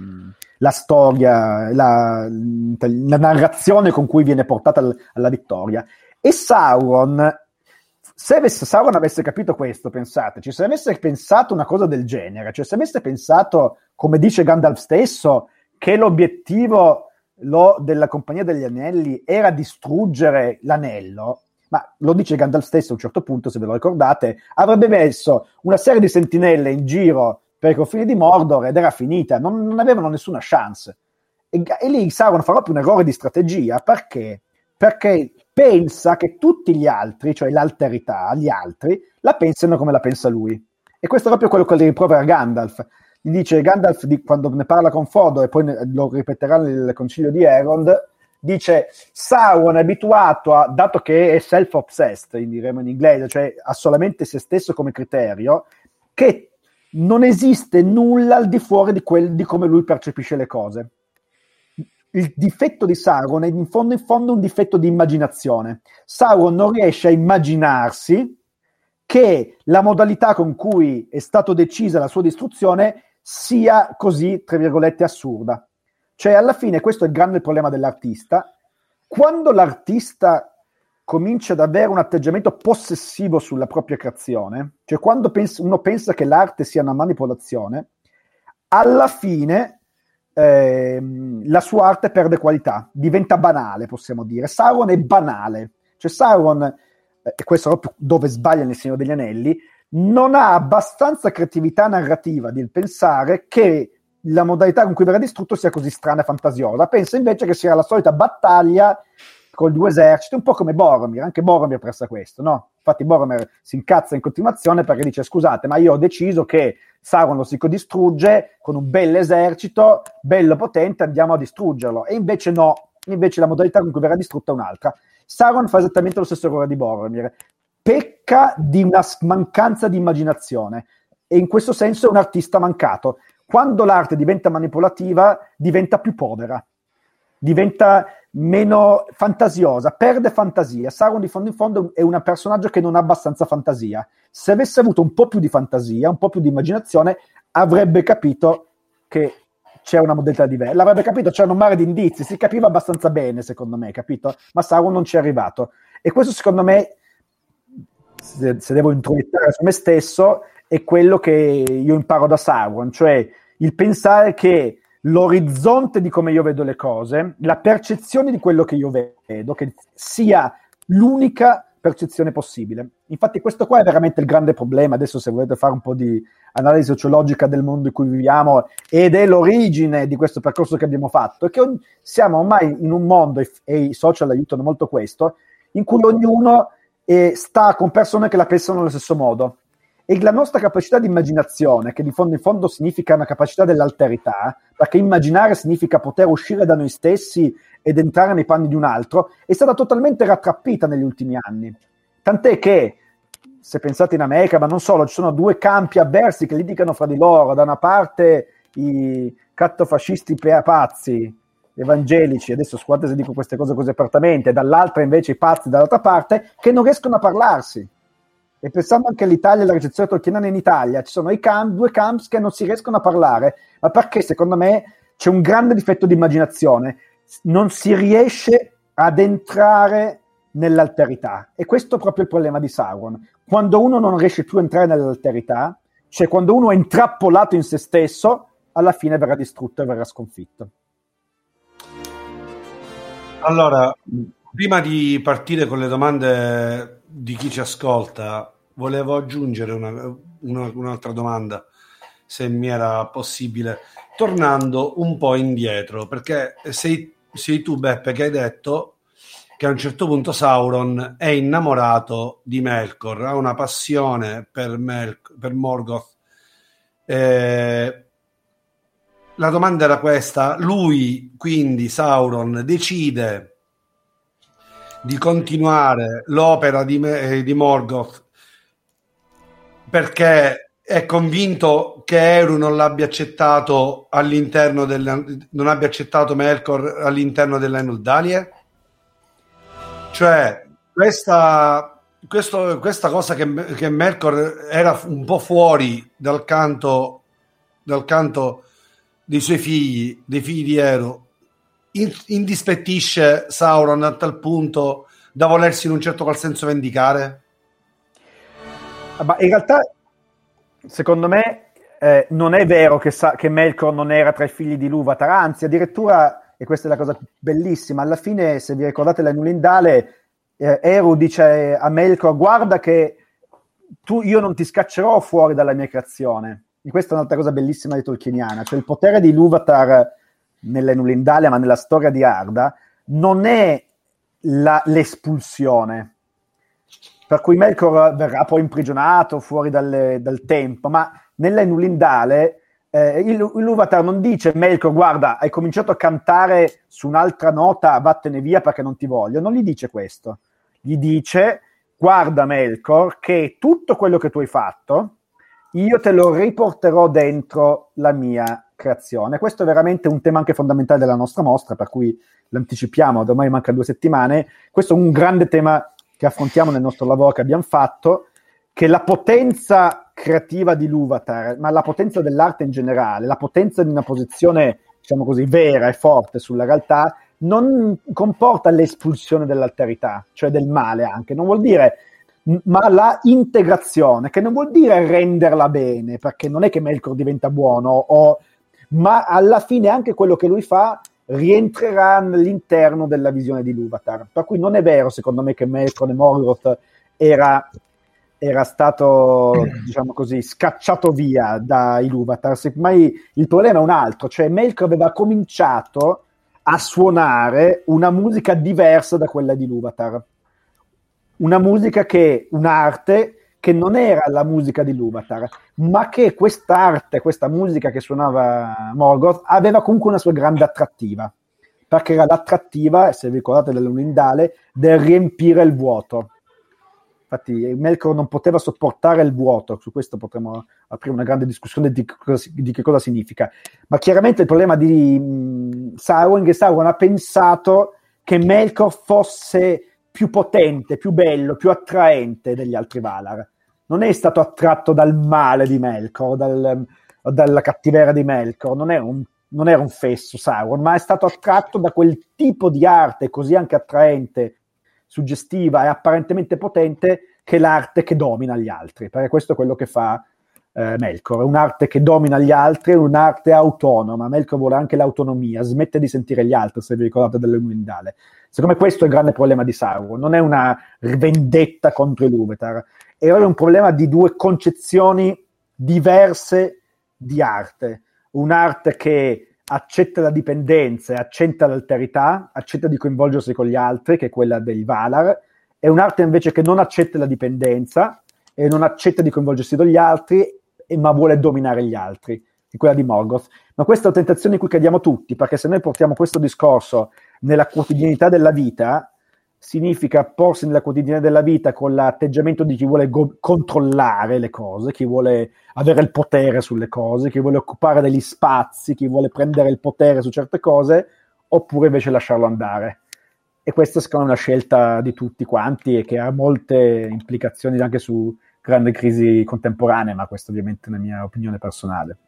storia, la narrazione con cui viene portata alla vittoria. E Sauron, se Sauron avesse capito questo, pensateci, se avesse pensato una cosa del genere, cioè se avesse pensato, come dice Gandalf stesso, che l'obiettivo della Compagnia degli Anelli era distruggere l'anello, ma lo dice Gandalf stesso a un certo punto, se ve lo ricordate, avrebbe messo una serie di sentinelle in giro per i confini di Mordor ed era finita, non avevano nessuna chance. E lì Sauron fa proprio un errore di strategia, perché pensa che tutti gli altri, cioè l'alterità, gli altri, la pensano come la pensa lui. E questo è proprio quello che gli rimprovera Gandalf. Gli dice Gandalf, quando ne parla con Frodo, e poi lo ripeterà nel concilio di Elrond, Dice Sauron è abituato a, dato che è self-obsessed, diremo in inglese, cioè ha solamente se stesso come criterio, che non esiste nulla al di fuori di come lui percepisce le cose. Il difetto di Sauron è in fondo un difetto di immaginazione. Sauron non riesce a immaginarsi che la modalità con cui è stato decisa la sua distruzione sia così, tra virgolette, assurda. Cioè, alla fine, questo è il grande problema dell'artista. Quando l'artista comincia ad avere un atteggiamento possessivo sulla propria creazione, cioè quando uno pensa che l'arte sia una manipolazione, alla fine la sua arte perde qualità, diventa banale, possiamo dire. Sauron è banale. Cioè Sauron, e questo è proprio dove sbaglia nel Signore degli Anelli, non ha abbastanza creatività narrativa di pensare che la modalità con cui verrà distrutto sia così strana e fantasiosa. Pensa invece che sia la solita battaglia con 2 eserciti, un po' come Boromir. Anche Boromir pensa questo, no? Infatti Boromir si incazza in continuazione perché dice: scusate, ma io ho deciso che Sauron lo si distrugge con un bel esercito, bello potente, andiamo a distruggerlo. E invece no, invece la modalità con cui verrà distrutta è un'altra. Sauron fa esattamente lo stesso errore di Boromir. Pecca di una mancanza di immaginazione e in questo senso è un artista mancato. Quando l'arte diventa manipolativa, diventa più povera, diventa meno fantasiosa, perde fantasia. Sauron di fondo in fondo è un personaggio che non ha abbastanza fantasia. Se avesse avuto un po' più di fantasia, un po' più di immaginazione, avrebbe capito che c'è una modalità diversa. L'avrebbe capito, c'era un mare di indizi, si capiva abbastanza bene, secondo me, capito? Ma Sauron non ci è arrivato. E questo, secondo me, se devo introiettare su me stesso, è quello che io imparo da Sauron, cioè il pensare che l'orizzonte di come io vedo le cose, la percezione di quello che io vedo, che sia l'unica percezione possibile. Infatti questo qua è veramente il grande problema. Adesso, se volete fare un po' di analisi sociologica del mondo in cui viviamo, ed è l'origine di questo percorso che abbiamo fatto, è che siamo ormai in un mondo, e i social aiutano molto questo, in cui ognuno sta con persone che la pensano allo stesso modo. E la nostra capacità di immaginazione, che di fondo in fondo significa una capacità dell'alterità, perché immaginare significa poter uscire da noi stessi ed entrare nei panni di un altro, è stata totalmente rattrappita negli ultimi anni. Tant'è che, se pensate in America, ma non solo, ci sono 2 campi avversi che litigano fra di loro. Da una parte i cattofascisti pazzi, evangelici, adesso scusate se dico queste cose così apertamente, dall'altra invece i pazzi dall'altra parte, che non riescono a parlarsi. E pensando anche all'Italia, alla ricezione tolkieniana in Italia, ci sono 2 camps che non si riescono a parlare, ma perché secondo me c'è un grande difetto di immaginazione, non si riesce ad entrare nell'alterità, e questo è proprio il problema di Sauron. Quando uno non riesce più a entrare nell'alterità, cioè quando uno è intrappolato in se stesso, alla fine verrà distrutto e verrà sconfitto. Allora, prima di partire con le domande di chi ci ascolta, volevo aggiungere un'altra domanda, se mi era possibile, tornando un po' indietro, perché sei tu, Beppe, che hai detto che a un certo punto Sauron è innamorato di Melkor, ha una passione per Morgoth. La domanda era questa: lui, quindi Sauron, decide di continuare l'opera di Morgoth perché è convinto che Eru non l'abbia accettato non abbia accettato Melkor all'interno dell'Aenul Dalie? Cioè, questa cosa che Melkor era un po' fuori dal canto dei suoi figli, dei figli di Eru, indispettisce Sauron a tal punto da volersi in un certo qual senso vendicare? Ma in realtà, secondo me, non è vero che Melkor non era tra i figli di Ilúvatar, anzi, addirittura, e questa è la cosa bellissima, alla fine, se vi ricordate l'Aenul Indale, Eru dice a Melkor: guarda che io non ti scaccerò fuori dalla mia creazione. E questa è un'altra cosa bellissima di Tolkieniana, cioè il potere di Ilúvatar nell'Aenul Indale, ma nella storia di Arda, non è l'espulsione, per cui Melkor verrà poi imprigionato fuori dal tempo, ma nell'Aenul Indale Ilúvatar non dice Melkor guarda hai cominciato a cantare su un'altra nota, vattene via perché non ti voglio, non gli dice questo, gli dice guarda Melkor che tutto quello che tu hai fatto io te lo riporterò dentro la mia creazione. Questo è veramente un tema anche fondamentale della nostra mostra, per cui l'anticipiamo, ormai mancano 2 settimane. Questo è un grande tema che affrontiamo nel nostro lavoro che abbiamo fatto, che la potenza creativa di Ilúvatar, ma la potenza dell'arte in generale, la potenza di una posizione, diciamo così, vera e forte sulla realtà, non comporta l'espulsione dell'alterità, cioè del male anche. Non vuol dire, ma la integrazione, che non vuol dire renderla bene, perché non è che Melkor diventa buono, ma alla fine anche quello che lui fa rientrerà all'interno della visione di Ilúvatar. Per cui non è vero, secondo me, che Melkor e Morgoth era stato, diciamo così, scacciato via da Ilúvatar. Semmai il problema è un altro, cioè Melkor aveva cominciato a suonare una musica diversa da quella di Ilúvatar. Una musica un'arte che non era la musica di Ilúvatar, ma che quest'arte, questa musica che suonava Morgoth, aveva comunque una sua grande attrattiva, perché era l'attrattiva, se vi ricordate dell'Unindale, del riempire il vuoto. Infatti Melkor non poteva sopportare il vuoto, su questo potremmo aprire una grande discussione di che cosa significa. Ma chiaramente il problema di Sauron è che Sauron ha pensato che Melkor fosse più potente, più bello, più attraente degli altri Valar. Non è stato attratto dal male di Melkor, dalla cattiveria di Melkor, non era un fesso Sauron, ma è stato attratto da quel tipo di arte così anche attraente, suggestiva e apparentemente potente, che è l'arte che domina gli altri, perché questo è quello che fa Melkor, è un'arte che domina gli altri, è un'arte autonoma. Melkor vuole anche l'autonomia, smette di sentire gli altri, se vi ricordate dell'Unindale. Secondo me questo è il grande problema di Sauron, non è una vendetta contro Ilúvatar, è un problema di 2 concezioni diverse di arte, un'arte che accetta la dipendenza e accetta l'alterità, accetta di coinvolgersi con gli altri, che è quella dei Valar, e un'arte invece che non accetta la dipendenza e non accetta di coinvolgersi con gli altri, ma vuole dominare gli altri, è quella di Morgoth. Ma questa è una tentazione in cui cadiamo tutti, perché se noi portiamo questo discorso nella quotidianità della vita, significa porsi nella quotidianità della vita con l'atteggiamento di chi vuole controllare le cose, chi vuole avere il potere sulle cose, chi vuole occupare degli spazi, chi vuole prendere il potere su certe cose, oppure invece lasciarlo andare. E questa secondo me è una scelta di tutti quanti e che ha molte implicazioni anche su grandi crisi contemporanee, ma questa ovviamente è una mia opinione personale.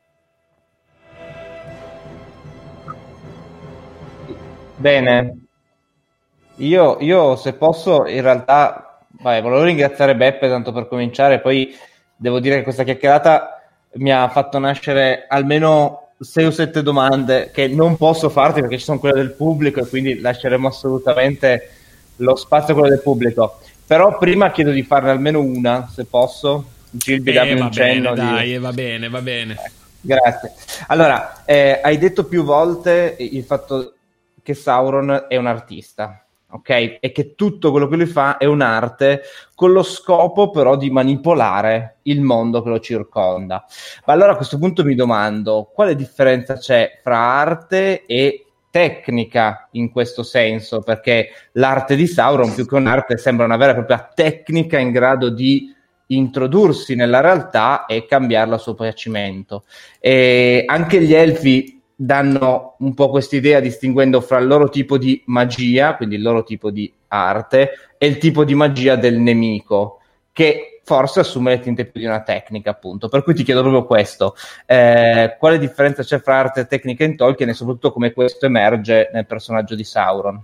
Bene, io se posso in realtà volevo ringraziare Beppe tanto per cominciare, poi devo dire che questa chiacchierata mi ha fatto nascere almeno 6 o 7 domande che non posso farti perché ci sono quelle del pubblico e quindi lasceremo assolutamente lo spazio a quello del pubblico, però prima chiedo di farne almeno una se posso. Gilby, dammi un cenno. Dai, va bene. Grazie. Allora, hai detto più volte il fatto che Sauron è un artista, ok? E che tutto quello che lui fa è un'arte con lo scopo però di manipolare il mondo che lo circonda. Ma allora a questo punto mi domando, quale differenza c'è fra arte e tecnica in questo senso? Perché l'arte di Sauron, più che un'arte, sembra una vera e propria tecnica in grado di introdursi nella realtà e cambiarla a suo piacimento. E anche gli elfi danno un po' quest'idea distinguendo fra il loro tipo di magia, quindi il loro tipo di arte, e il tipo di magia del nemico, che forse assume le tinte più di una tecnica, appunto. Per cui ti chiedo proprio questo. Quale differenza c'è fra arte e tecnica in Tolkien e soprattutto come questo emerge nel personaggio di Sauron?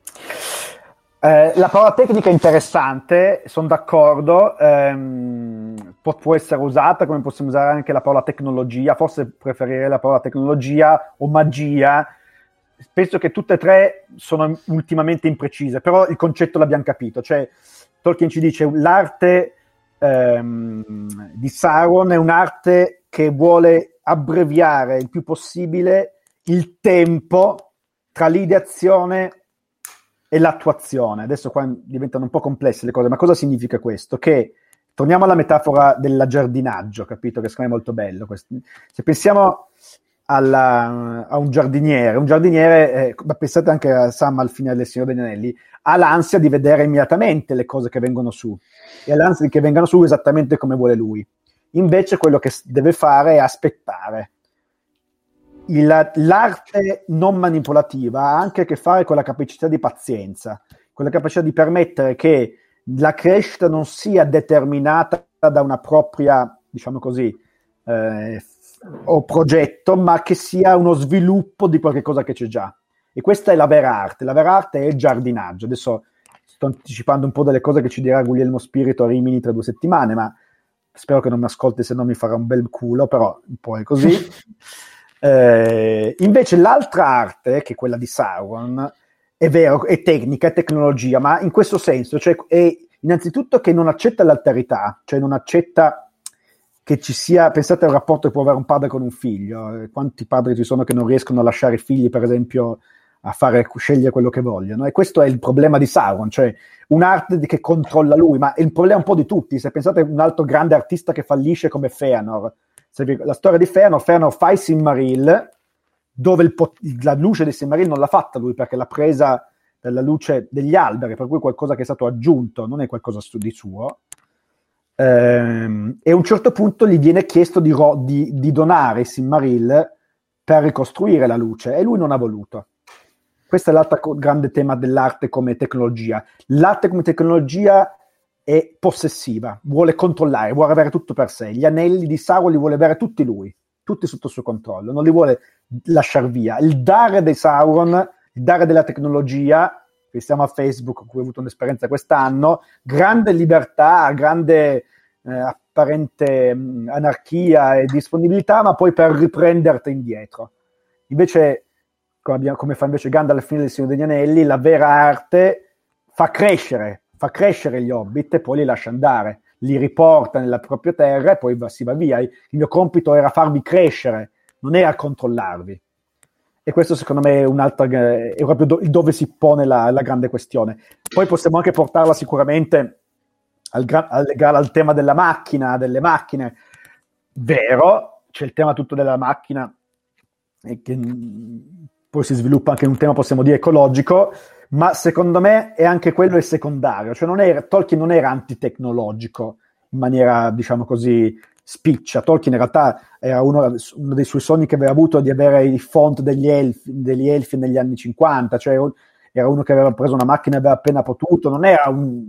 La parola tecnica è interessante, sono d'accordo, può essere usata come possiamo usare anche la parola tecnologia, forse preferirei la parola tecnologia o magia. Penso che tutte e tre sono ultimamente imprecise, però il concetto l'abbiamo capito, cioè Tolkien ci dice l'arte di Sauron è un'arte che vuole abbreviare il più possibile il tempo tra l'ideazione e l'attuazione. Adesso qua diventano un po' complesse le cose, ma cosa significa questo? Che torniamo alla metafora del giardinaggio, capito? Che secondo me è molto bello. Se pensiamo a un giardiniere, pensate anche a Sam al finale del Signore degli Anelli, ha l'ansia di vedere immediatamente le cose che vengono su, e ha l'ansia di che vengano su esattamente come vuole lui. Invece quello che deve fare è aspettare. L'arte non manipolativa ha anche a che fare con la capacità di pazienza, con la capacità di permettere che la crescita non sia determinata da una propria, diciamo così, o progetto, ma che sia uno sviluppo di qualche cosa che c'è già. E questa è la vera arte. La vera arte è il giardinaggio. Adesso sto anticipando un po' delle cose che ci dirà Guglielmo Spirito a Rimini tra 2 settimane, ma spero che non mi ascolti, se no mi farà un bel culo, però un po' è così. Invece l'altra arte, che è quella di Sauron, è vero, è tecnica, è tecnologia, ma in questo senso, cioè è innanzitutto che non accetta l'alterità, cioè non accetta che ci sia, pensate al rapporto che può avere un padre con un figlio, quanti padri ci sono che non riescono a lasciare i figli, per esempio, a fare scegliere quello che vogliono, e questo è il problema di Sauron, cioè un'arte che controlla lui, ma è il problema un po' di tutti. Se pensate a un altro grande artista che fallisce come Fëanor, la storia di Fëanor fa i Silmaril, dove la luce dei Silmaril non l'ha fatta lui, perché l'ha presa dalla luce degli alberi, per cui qualcosa che è stato aggiunto, non è qualcosa di suo. E a un certo punto gli viene chiesto di donare i Silmaril per ricostruire la luce, e lui non ha voluto. Questo è l'altro grande tema dell'arte come tecnologia. L'arte come tecnologia è possessiva, vuole controllare, vuole avere tutto per sé. Gli anelli di Sauron li vuole avere tutti lui, tutti sotto il suo controllo, non li vuole lasciare via. Il dare di Sauron, il dare della tecnologia, pensiamo a Facebook, con cui ho avuto un'esperienza quest'anno, grande libertà, grande apparente anarchia e disponibilità, ma poi per riprenderti indietro. Invece, come fa invece Gandalf alla fine del Signore degli Anelli, la vera arte fa crescere gli Hobbit e poi li lascia andare, li riporta nella propria terra e poi si va via. Il mio compito era farvi crescere, non era controllarvi. E questo secondo me è proprio dove si pone la grande questione. Poi possiamo anche portarla sicuramente al tema delle macchine. Vero, c'è il tema tutto della macchina, e che poi si sviluppa anche in un tema, possiamo dire, ecologico, ma secondo me è anche quello il secondario. Cioè Tolkien non era antitecnologico in maniera, diciamo così, spiccia. Tolkien in realtà era uno dei suoi sogni che aveva avuto, di avere i font degli elfi negli anni 50, cioè era uno che aveva preso una macchina e aveva appena potuto, non era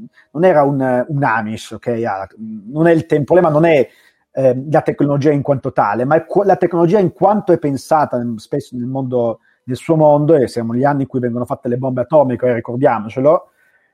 un Amish, ok? Non è il problema non è la tecnologia in quanto tale, ma è la tecnologia in quanto è pensata spesso nel suo mondo, e siamo gli anni in cui vengono fatte le bombe atomiche, ricordiamocelo,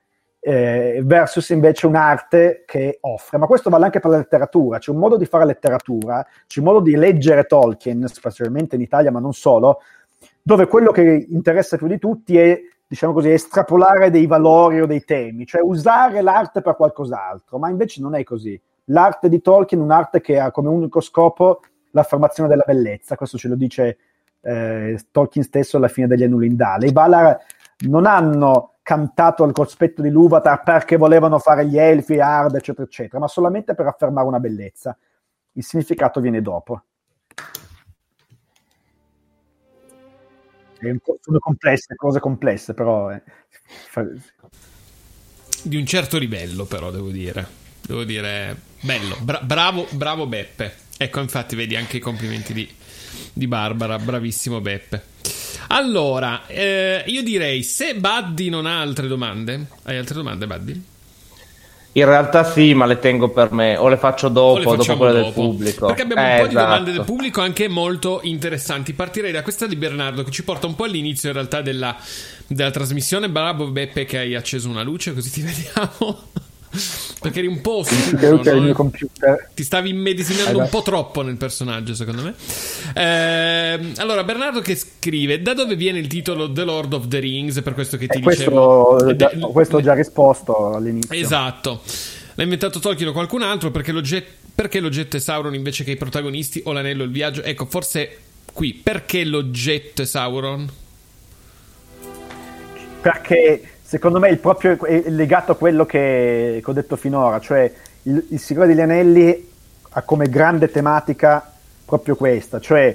versus invece un'arte che offre. Ma questo vale anche per la letteratura. C'è un modo di fare letteratura, c'è un modo di leggere Tolkien, specialmente in Italia, ma non solo, dove quello che interessa più di tutti è, diciamo così, estrapolare dei valori o dei temi, cioè usare l'arte per qualcos'altro, ma invece non è così. L'arte di Tolkien è un'arte che ha come unico scopo l'affermazione della bellezza. Questo ce lo dice Tolkien stesso alla fine degli Anulindale. I Valar non hanno cantato al cospetto di Ilúvatar perché volevano fare gli elfi, Ard, eccetera, eccetera, ma solamente per affermare una bellezza. Il significato viene dopo. Sono complesse, cose complesse, però di un certo livello, però devo dire bello, bravo Beppe. Ecco, infatti vedi anche i complimenti di Barbara, bravissimo Beppe. Allora, io direi, se Buddy non ha altre domande. Hai altre domande, Buddy? In realtà sì, ma le tengo per me, o le faccio dopo quelle del pubblico. Perché abbiamo un po' di domande del pubblico anche molto interessanti. Partirei da questa di Bernardo, che ci porta un po' all'inizio in realtà della trasmissione. Bravo Beppe che hai acceso una luce, così ti vediamo. Perché eri un po' oscuro, no? Il mio computer. Ti stavi immedesimando un po' troppo nel personaggio, secondo me. Allora, Bernardo che scrive: da dove viene il titolo The Lord of the Rings? Per questo che ti dicevo. Questo ho già risposto all'inizio. Esatto. L'ha inventato Tolkien o qualcun altro? Perché l'oggetto è Sauron invece che i protagonisti, o l'anello o il viaggio? Ecco, forse qui. Perché l'oggetto è Sauron? Perché secondo me è legato a quello che ho detto finora, cioè il Signore degli Anelli ha come grande tematica proprio questa, cioè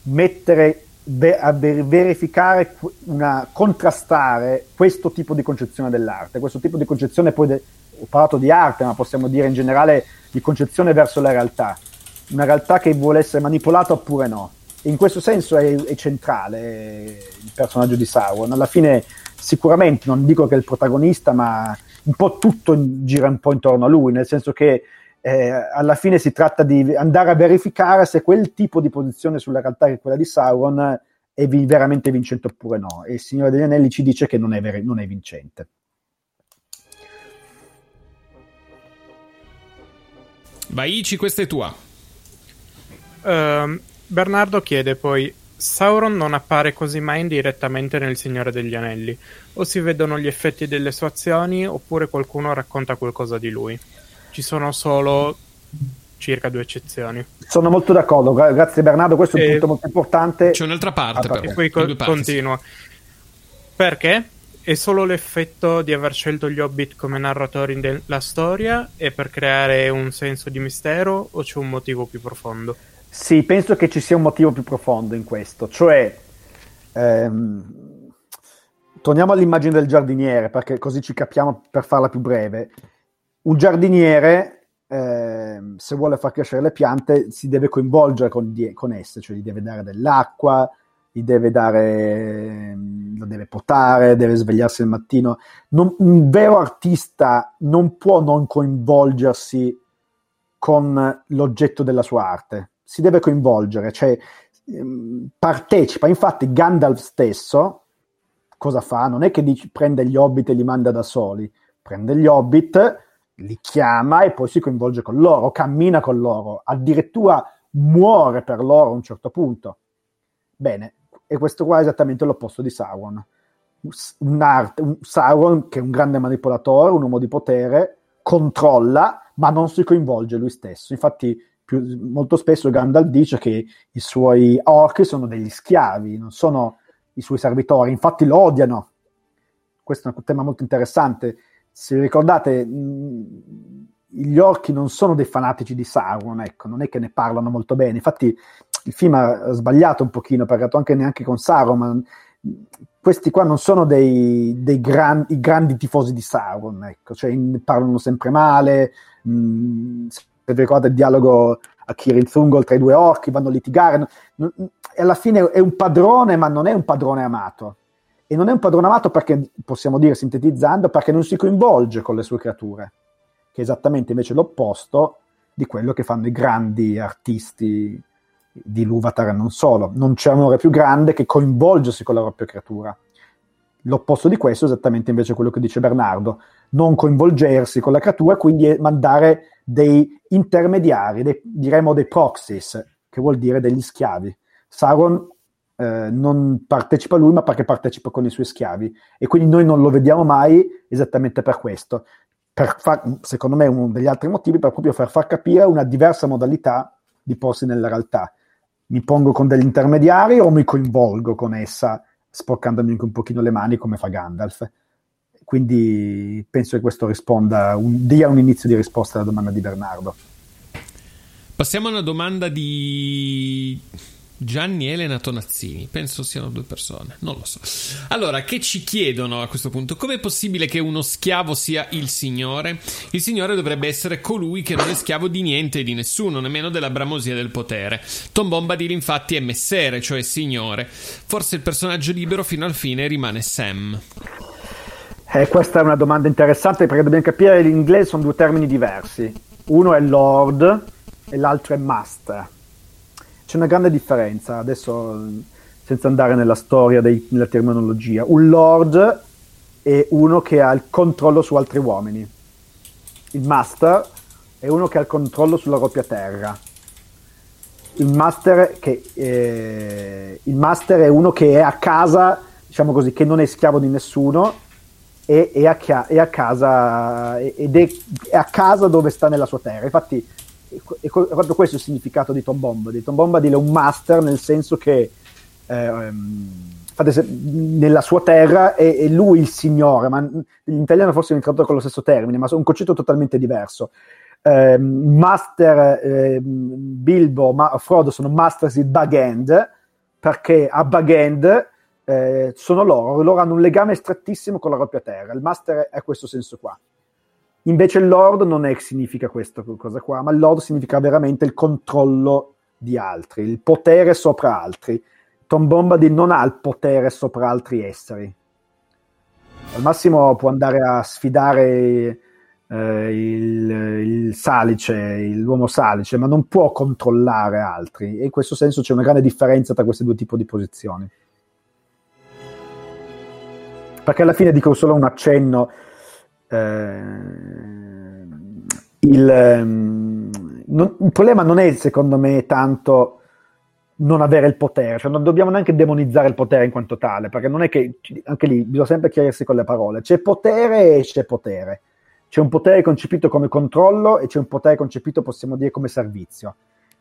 verificare, contrastare questo tipo di concezione dell'arte, questo tipo di concezione, poi ho parlato di arte, ma possiamo dire in generale di concezione verso la realtà, una realtà che vuole essere manipolata oppure no. E in questo senso è centrale il personaggio di Sauron. Alla fine sicuramente, non dico che è il protagonista, ma un po' tutto gira un po' intorno a lui, nel senso che alla fine si tratta di andare a verificare se quel tipo di posizione sulla realtà che è quella di Sauron è veramente vincente oppure no, e il Signore degli Anelli ci dice che non è vincente. Vai Ichi, questa è tua. Bernardo chiede poi: Sauron non appare così mai indirettamente nel Signore degli Anelli, o si vedono gli effetti delle sue azioni oppure qualcuno racconta qualcosa di lui? Ci sono solo circa 2 eccezioni. Sono molto d'accordo, grazie Bernardo, questo è un punto molto importante. C'è un'altra parte però. E poi continua. Perché? È solo l'effetto di aver scelto gli Hobbit come narratori della storia e per creare un senso di mistero, o c'è un motivo più profondo? Sì, penso che ci sia un motivo più profondo in questo, cioè torniamo all'immagine del giardiniere, perché così ci capiamo per farla più breve. Un giardiniere, se vuole far crescere le piante, si deve coinvolgere con esse, cioè gli deve dare dell'acqua, lo deve potare, deve svegliarsi al mattino. Un vero artista non può non coinvolgersi con l'oggetto della sua arte, si deve coinvolgere, cioè partecipa. Infatti Gandalf stesso cosa fa? Non è che prende gli hobbit e li manda da soli, prende gli hobbit, li chiama e poi si coinvolge con loro, cammina con loro, addirittura muore per loro a un certo punto. Bene, e questo qua è esattamente l'opposto di Sauron. Sauron, che è un grande manipolatore, un uomo di potere, controlla, ma non si coinvolge lui stesso. Infatti molto spesso Gandalf dice che i suoi orchi sono degli schiavi, non sono i suoi servitori, infatti lo odiano. Questo è un tema molto interessante. Se ricordate, gli orchi non sono dei fanatici di Sauron, ecco, non è che ne parlano molto bene. Infatti il film ha sbagliato un pochino, perché anche neanche con Sauron, questi qua non sono i grandi tifosi di Sauron, ecco, cioè parlano sempre male. Se vi ricordate il dialogo a Kirin Thungol tra i 2 orchi, vanno a litigare, e alla fine è un padrone, ma non è un padrone amato. E non è un padrone amato perché, possiamo dire sintetizzando, perché non si coinvolge con le sue creature, che è esattamente invece l'opposto di quello che fanno i grandi artisti di Ilúvatar e non solo. Non c'è amore più grande che coinvolgersi con la propria creatura. L'opposto di questo è esattamente invece quello che dice Bernardo: non coinvolgersi con la creatura, quindi mandare dei intermediari, diremmo dei proxies, che vuol dire degli schiavi. Sauron non partecipa lui, ma perché partecipa con i suoi schiavi, e quindi noi non lo vediamo mai esattamente per questo. Secondo me uno degli altri motivi per proprio far capire una diversa modalità di porsi nella realtà. Mi pongo con degli intermediari o mi coinvolgo con essa, sporcandomi anche un pochino le mani come fa Gandalf. Quindi penso che questo dia un inizio di risposta alla domanda di Bernardo. Passiamo a una domanda di Gianni Elena Tonazzini, penso siano 2 persone, non lo so. Allora, che ci chiedono a questo punto: com'è possibile che uno schiavo sia il Signore? Il Signore dovrebbe essere colui che non è schiavo di niente e di nessuno, nemmeno della bramosia del potere. Tom Bombadil infatti è messere, cioè Signore. Forse il personaggio libero fino al fine rimane Sam. Questa è una domanda interessante, perché dobbiamo capire che in inglese sono 2 termini diversi. Uno è Lord e l'altro è Master. C'è una grande differenza, adesso senza andare nella storia nella terminologia. Un Lord è uno che ha il controllo su altri uomini. Il Master è uno che ha il controllo sulla propria terra. Il Master è uno che è a casa, diciamo così, che non è schiavo di nessuno, è a casa dove sta nella sua terra. Infatti è proprio questo il significato di Tom Bombadil. Tom Bombadil è un master, nel senso che nella sua terra è lui il signore, ma in italiano forse è tradotto con lo stesso termine, ma è un concetto totalmente diverso. Bilbo, Frodo sono Masters di Bag End, perché a Bag End sono loro hanno un legame strettissimo con la propria terra. Il Master è questo senso qua. Invece il Lord non è che significa questa cosa qua, ma il Lord significa veramente il controllo di altri, il potere sopra altri. Tom Bombadil non ha il potere sopra altri esseri. Al massimo può andare a sfidare il Salice, l'uomo Salice, ma non può controllare altri, e in questo senso c'è una grande differenza tra questi due tipi di posizioni. Perché alla fine dico solo un accenno, il problema non è, secondo me, tanto non avere il potere, cioè non dobbiamo neanche demonizzare il potere in quanto tale, perché non è che, anche lì bisogna sempre chiarirsi con le parole, c'è potere e c'è potere, c'è un potere concepito come controllo e c'è un potere concepito, possiamo dire, come servizio.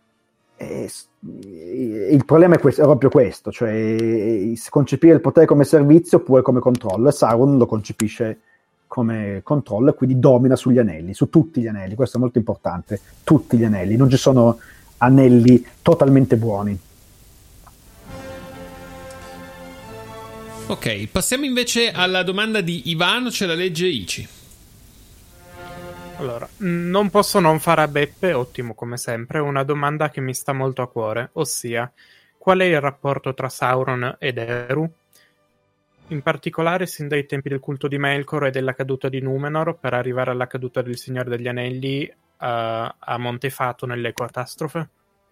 Il problema è proprio questo, cioè concepire il potere come servizio oppure come controllo, e Sauron lo concepisce come controllo e quindi domina sugli anelli, su tutti gli anelli. Questo è molto importante, tutti gli anelli, non ci sono anelli totalmente buoni. Ok, passiamo invece alla domanda di Ivano, ce la legge Ici. Allora, non posso non fare a Beppe, ottimo come sempre, una domanda che mi sta molto a cuore, ossia, qual è il rapporto tra Sauron ed Eru? In particolare sin dai tempi del culto di Melkor e della caduta di Númenor, per arrivare alla caduta del Signore degli Anelli a Montefato nelle catastrofe?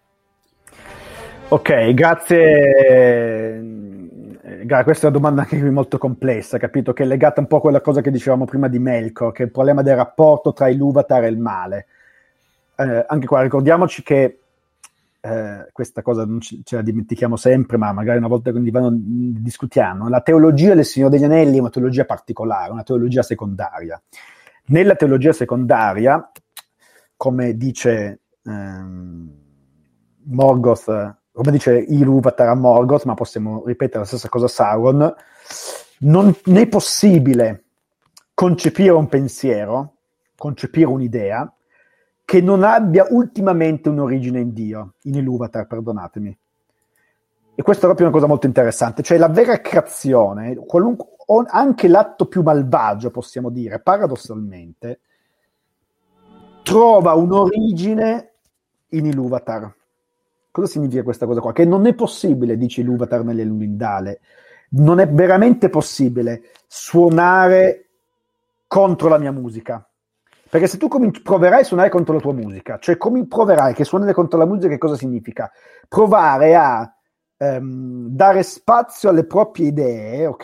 Ok, grazie. Questa è una domanda anche qui molto complessa, capito? Che è legata un po' a quella cosa che dicevamo prima di Melkor, che è il problema del rapporto tra Ilúvatar e il male. Anche qua ricordiamoci che questa cosa non ce la dimentichiamo sempre, ma magari una volta che discutiamo. La teologia del Signore degli Anelli è una teologia particolare, una teologia secondaria. Nella teologia secondaria, come dice Morgoth, come dice Ilúvatar a Morgoth, ma possiamo ripetere la stessa cosa a Sauron, non è possibile concepire un pensiero, concepire un'idea che non abbia ultimamente un'origine in Dio, in Ilúvatar, perdonatemi. E questa è proprio una cosa molto interessante, cioè la vera creazione, anche l'atto più malvagio, possiamo dire, paradossalmente, trova un'origine in Ilúvatar. Cosa significa questa cosa qua? Che non è possibile, dice Ilúvatar nell'Elundale, non è veramente possibile suonare contro la mia musica. Perché se tu proverai a suonare contro la tua musica, cioè come proverai che suonare contro la musica, che cosa significa? Provare a dare spazio alle proprie idee, ok?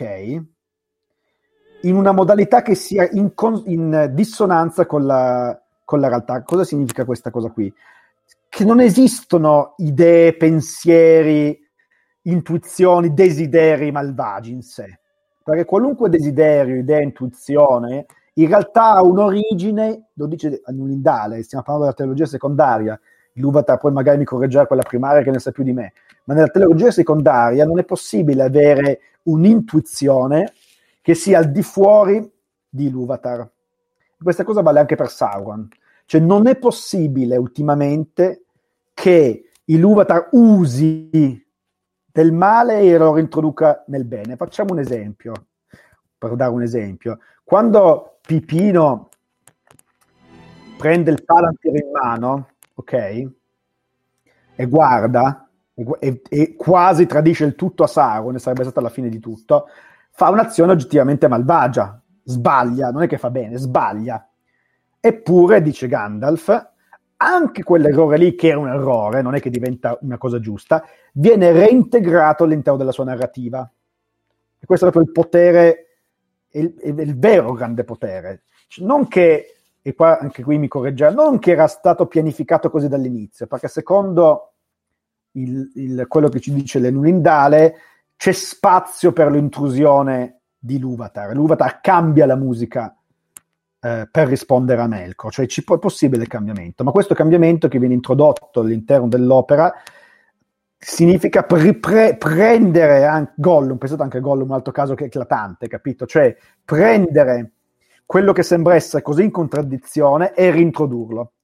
In una modalità che sia in dissonanza con la realtà. Cosa significa questa cosa qui? Che non esistono idee, pensieri, intuizioni, desideri malvagi in sé. Perché qualunque desiderio, idea, intuizione in realtà ha un'origine, lo dice Anulindale, stiamo parlando della teologia secondaria, Ilúvatar poi magari mi correggerà quella primaria che ne sa più di me, ma nella teologia secondaria non è possibile avere un'intuizione che sia al di fuori di Ilúvatar. Questa cosa vale anche per Sauron, cioè non è possibile ultimamente che Ilúvatar usi del male e lo rintroduca nel bene. Facciamo un esempio, per dare un esempio. Quando Pipino prende il Palantir in mano, ok, e guarda, e quasi tradisce il tutto a Sauron, e sarebbe stata la fine di tutto, fa un'azione oggettivamente malvagia, sbaglia, non è che fa bene, sbaglia. Eppure, dice Gandalf, anche quell'errore lì, che era un errore, non è che diventa una cosa giusta, viene reintegrato all'interno della sua narrativa. E questo è proprio il potere, il vero grande potere. Non che, e qua anche qui mi correggerà, non che era stato pianificato così dall'inizio, perché secondo quello che ci dice l'Enulindale c'è spazio per l'intrusione di Ilúvatar. Ilúvatar cambia la musica per rispondere a Melkor, cioè è possibile il cambiamento, ma questo cambiamento che viene introdotto all'interno dell'opera significa prendere Gollum, pensate anche a Gollum, un altro caso che è eclatante, capito? Cioè prendere quello che sembra essere così in contraddizione e rintrodurlo.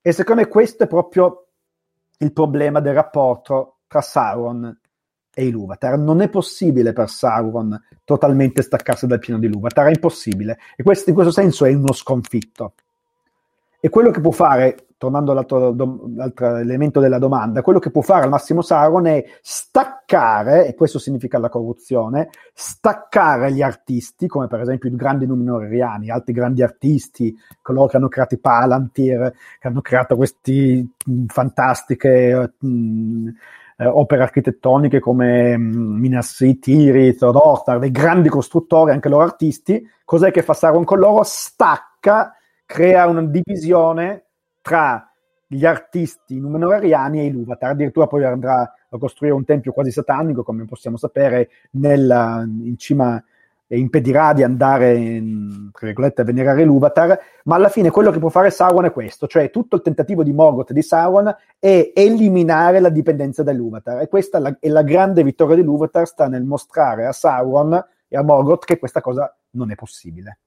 E secondo me questo è proprio il problema del rapporto tra Sauron e Ilúvatar. Non è possibile per Sauron totalmente staccarsi dal piano di Ilúvatar, è impossibile. E questo in questo senso è uno sconfitto. E quello che può fare, tornando all'altro elemento della domanda, quello che può fare al massimo Sauron è staccare, e questo significa la corruzione, staccare gli artisti, come per esempio i grandi Númenóreani, altri grandi artisti, coloro che hanno creato i Palantir, che hanno creato queste fantastiche opere architettoniche come Minas Tirith, Thor, dei grandi costruttori, anche loro artisti. Cos'è che fa Sauron con loro? Stacca, crea una divisione tra gli artisti Númenóreani e Ilúvatar. Addirittura poi andrà a costruire un tempio quasi satanico, come possiamo sapere, in cima, e impedirà di andare tra virgolette, a venerare Ilúvatar. Ma alla fine quello che può fare Sauron è questo, cioè tutto il tentativo di Morgoth e di Sauron è eliminare la dipendenza da Ilúvatar, e questa è la grande vittoria di Ilúvatar, sta nel mostrare a Sauron e a Morgoth che questa cosa non è possibile.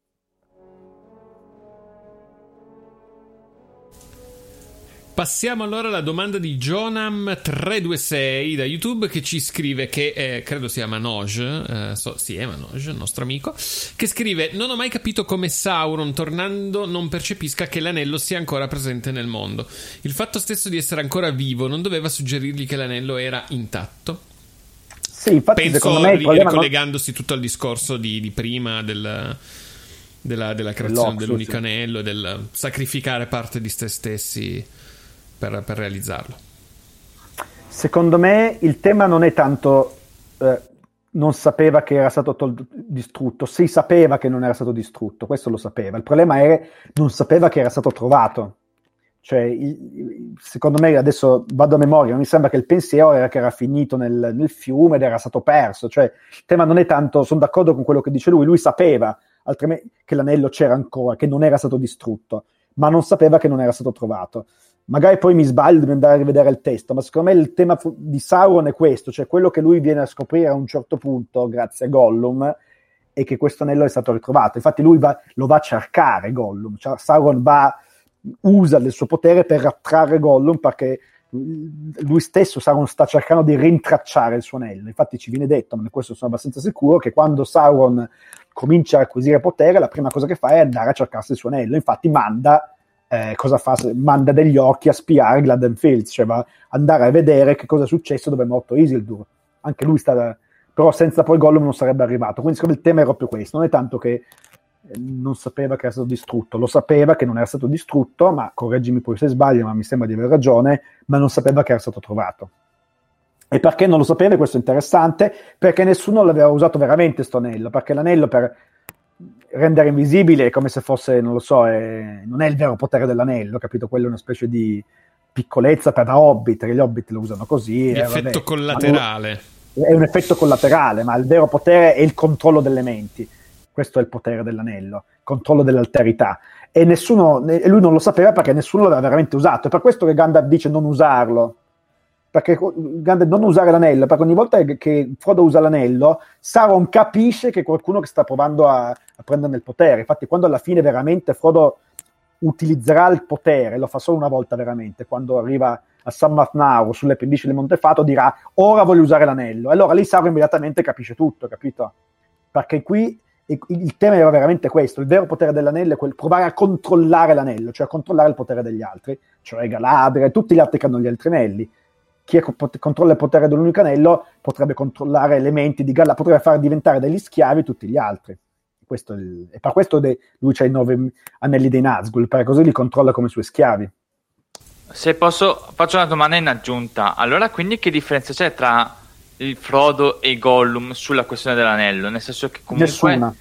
Passiamo allora alla domanda di Jonam326 da YouTube, che ci scrive che credo sia Manoj, sì, è Manoj, il nostro amico, che scrive: non ho mai capito come Sauron, tornando, non percepisca che l'anello sia ancora presente nel mondo. Il fatto stesso di essere ancora vivo non doveva suggerirgli che l'anello era intatto? Sì, infatti, penso, secondo me ricollegandosi tutto al discorso di prima della creazione dell'unico anello, del sacrificare parte di se stessi per realizzarlo. Secondo me il tema non è tanto non sapeva che era stato distrutto, si sapeva che non era stato distrutto, questo lo sapeva. Il problema è non sapeva che era stato trovato. Cioè, secondo me, adesso vado a memoria, mi sembra che il pensiero era che era finito nel fiume ed era stato perso. Cioè, il tema non è tanto, sono d'accordo con quello che dice lui sapeva altrimenti che l'anello c'era ancora, che non era stato distrutto, ma non sapeva che non era stato trovato. Magari poi mi sbaglio, devo andare a rivedere il testo, ma secondo me il tema di Sauron è questo, cioè quello che lui viene a scoprire a un certo punto, grazie a Gollum, è che questo anello è stato ritrovato. Infatti lui lo va a cercare, Gollum, cioè Sauron usa il suo potere per attrarre Gollum, perché lui stesso, Sauron, sta cercando di rintracciare il suo anello. Infatti ci viene detto, ma di questo sono abbastanza sicuro, che quando Sauron comincia a acquisire potere, la prima cosa che fa è andare a cercarsi il suo anello. Infatti manda degli orchi a spiare Gladden Fields, cioè va andare a vedere che cosa è successo dove è morto Isildur. Anche lui però senza poi Gollum non sarebbe arrivato. Quindi secondo me il tema è proprio questo, non è tanto che non sapeva che era stato distrutto, lo sapeva che non era stato distrutto, ma correggimi poi se sbaglio, ma mi sembra di aver ragione, ma non sapeva che era stato trovato. E perché non lo sapeva? Questo è interessante, perché nessuno l'aveva usato veramente sto anello, perché l'anello per rendere invisibile è come se fosse, non lo so, non è il vero potere dell'anello, capito? Quello è una specie di piccolezza per da Hobbit, che gli Hobbit lo usano così. L'effetto collaterale. È un effetto collaterale, ma il vero potere è il controllo delle menti. Questo è il potere dell'anello, il controllo dell'alterità. E lui non lo sapeva perché nessuno l'aveva veramente usato. È per questo che Gandalf dice non usarlo. Perché Gandalf non usare l'anello, perché ogni volta che Frodo usa l'anello, Sauron capisce che è qualcuno che sta provando a prenderne il potere. Infatti quando alla fine veramente Frodo utilizzerà il potere, lo fa solo una volta veramente, quando arriva a Sammath Naur sulle pendici del Monte Fato, dirà ora voglio usare l'anello. E allora lì Sauron immediatamente capisce tutto, capito? Perché qui il tema era veramente questo, il vero potere dell'anello è provare a controllare l'anello, cioè a controllare il potere degli altri, cioè Galadriel e tutti gli altri che hanno gli altri anelli. Chi controlla il potere dell'unico anello potrebbe controllare elementi di Galadriel, potrebbe far diventare degli schiavi tutti gli altri. E per questo lui c'ha i 9 anelli dei Nazgûl, perché così li controlla come i suoi schiavi. Se posso, faccio una domanda in aggiunta. Allora, quindi che differenza c'è tra il Frodo e Gollum sulla questione dell'anello? Nel senso che comunque... Nessuna.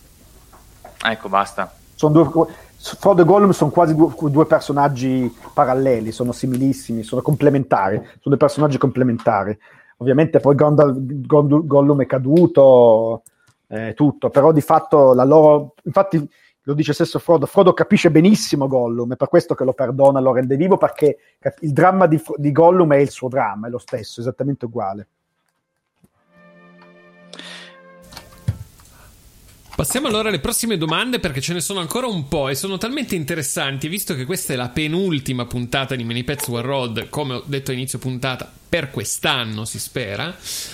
Ecco, basta. Frodo e Gollum sono quasi due personaggi paralleli, sono similissimi, sono complementari, sono dei personaggi complementari. Ovviamente poi Gollum è caduto, tutto, però di fatto infatti lo dice stesso Frodo capisce benissimo Gollum, è per questo che lo perdona, lo rende vivo, perché il dramma di Gollum è il suo dramma, è lo stesso, esattamente uguale. Passiamo allora alle prossime domande, perché ce ne sono ancora un po' e sono talmente interessanti, visto che questa è la penultima puntata di Many Pets One Road, come ho detto a inizio puntata, per quest'anno si spera.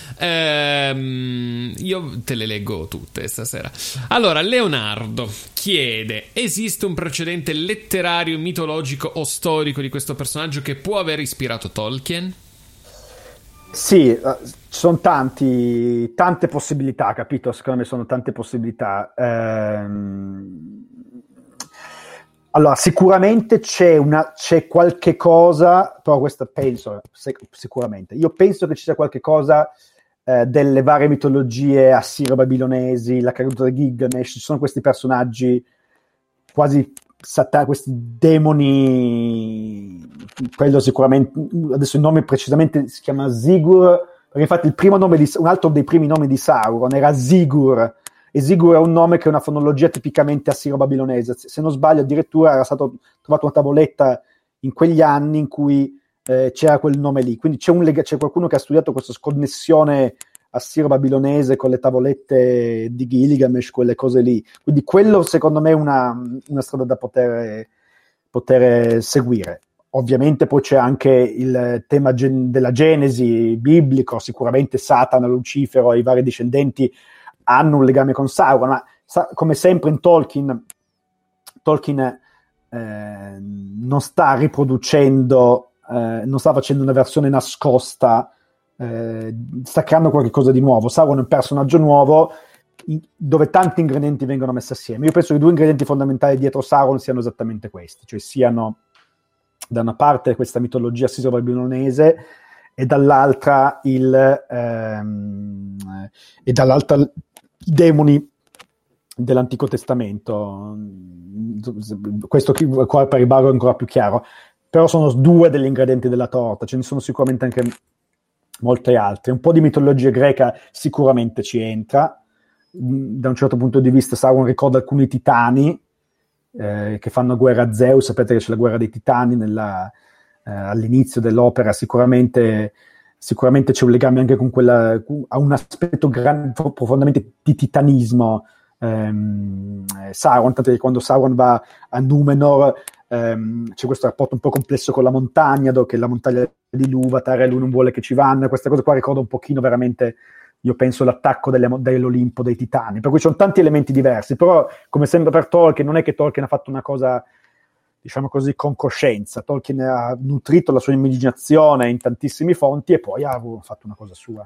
Io te le leggo tutte stasera. Allora, Leonardo chiede: esiste un precedente letterario, mitologico o storico di questo personaggio che può aver ispirato Tolkien? Sì, ci sono tante possibilità, capito? Secondo me sono tante possibilità. Allora, sicuramente c'è qualche cosa, però questa penso, sicuramente. Io penso che ci sia qualche cosa delle varie mitologie assiro-babilonesi, la caduta di Gilgamesh, ci sono questi personaggi quasi questi demoni, quello sicuramente, adesso il nome precisamente si chiama Sigur, perché infatti il primo nome un altro dei primi nomi di Sauron era Sigur, e Sigur è un nome che è una fonologia tipicamente assiro-babilonese, se non sbaglio addirittura era stato trovato una tavoletta in quegli anni in cui c'era quel nome lì, quindi c'è qualcuno che ha studiato questa connessione assiro-babilonese con le tavolette di Gilgamesh, quelle cose lì, quindi quello secondo me è una strada da poter seguire. Ovviamente poi c'è anche il tema della Genesi biblico, sicuramente Satana, Lucifero e i vari discendenti hanno un legame con Sauron, ma come sempre in Tolkien non sta riproducendo, non sta facendo una versione nascosta, sta creando qualcosa di nuovo. Sauron è un personaggio nuovo dove tanti ingredienti vengono messi assieme. Io penso che i due ingredienti fondamentali dietro Sauron siano esattamente questi, cioè siano da una parte questa mitologia assiro-babilonese e dall'altra i demoni dell'Antico Testamento. Questo qua per i Bardo è ancora più chiaro, però sono due degli ingredienti della torta, ce ne sono sicuramente anche molte altre. Un po' di mitologia greca sicuramente ci entra, da un certo punto di vista Sauron ricorda alcuni titani che fanno guerra a Zeus, sapete che c'è la guerra dei titani all'inizio dell'opera, sicuramente c'è un legame anche con quella, ha un aspetto profondamente di titanismo Sauron, tanto che quando Sauron va a Numenor c'è questo rapporto un po' complesso con la montagna, che la montagna di Ilúvatar e lui non vuole che ci vanno, questa cosa qua ricorda un pochino veramente, io penso, l'attacco dell'Olimpo dei Titani, per cui ci sono tanti elementi diversi, però come sempre per Tolkien non è che Tolkien ha fatto una cosa, diciamo così, con coscienza. Tolkien ha nutrito la sua immaginazione in tantissime fonti e poi ha fatto una cosa sua.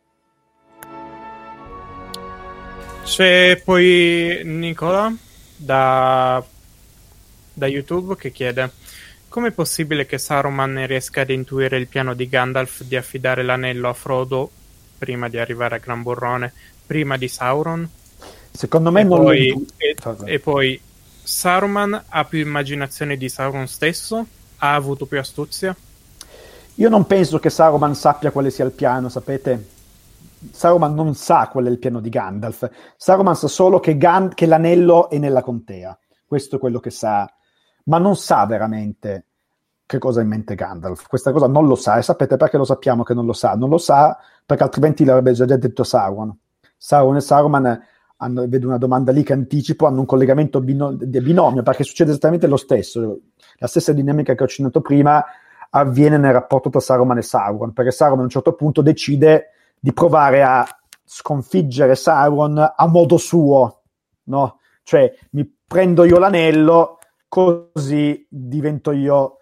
C'è poi Nicola da YouTube che chiede: com'è possibile che Saruman riesca ad intuire il piano di Gandalf di affidare l'anello a Frodo prima di arrivare a Gran Burrone, prima di Sauron? Secondo me e poi Saruman ha più immaginazione di Sauron stesso? Ha avuto più astuzia? Io non penso che Saruman sappia quale sia il piano, sapete? Saruman non sa qual è il piano di Gandalf. Saruman sa solo che l'anello è nella contea. Questo è quello che sa, ma non sa veramente che cosa ha in mente Gandalf. Questa cosa non lo sa, e sapete perché lo sappiamo che non lo sa? Non lo sa perché altrimenti l'avrebbe già detto Sauron. Sauron e Saruman vedo una domanda lì che anticipo, hanno un collegamento di binomio, perché succede esattamente lo stesso. La stessa dinamica che ho accennato prima avviene nel rapporto tra Saruman e Sauron, perché Saruman a un certo punto decide di provare a sconfiggere Sauron a modo suo, no? Cioè, mi prendo io l'anello, così divento io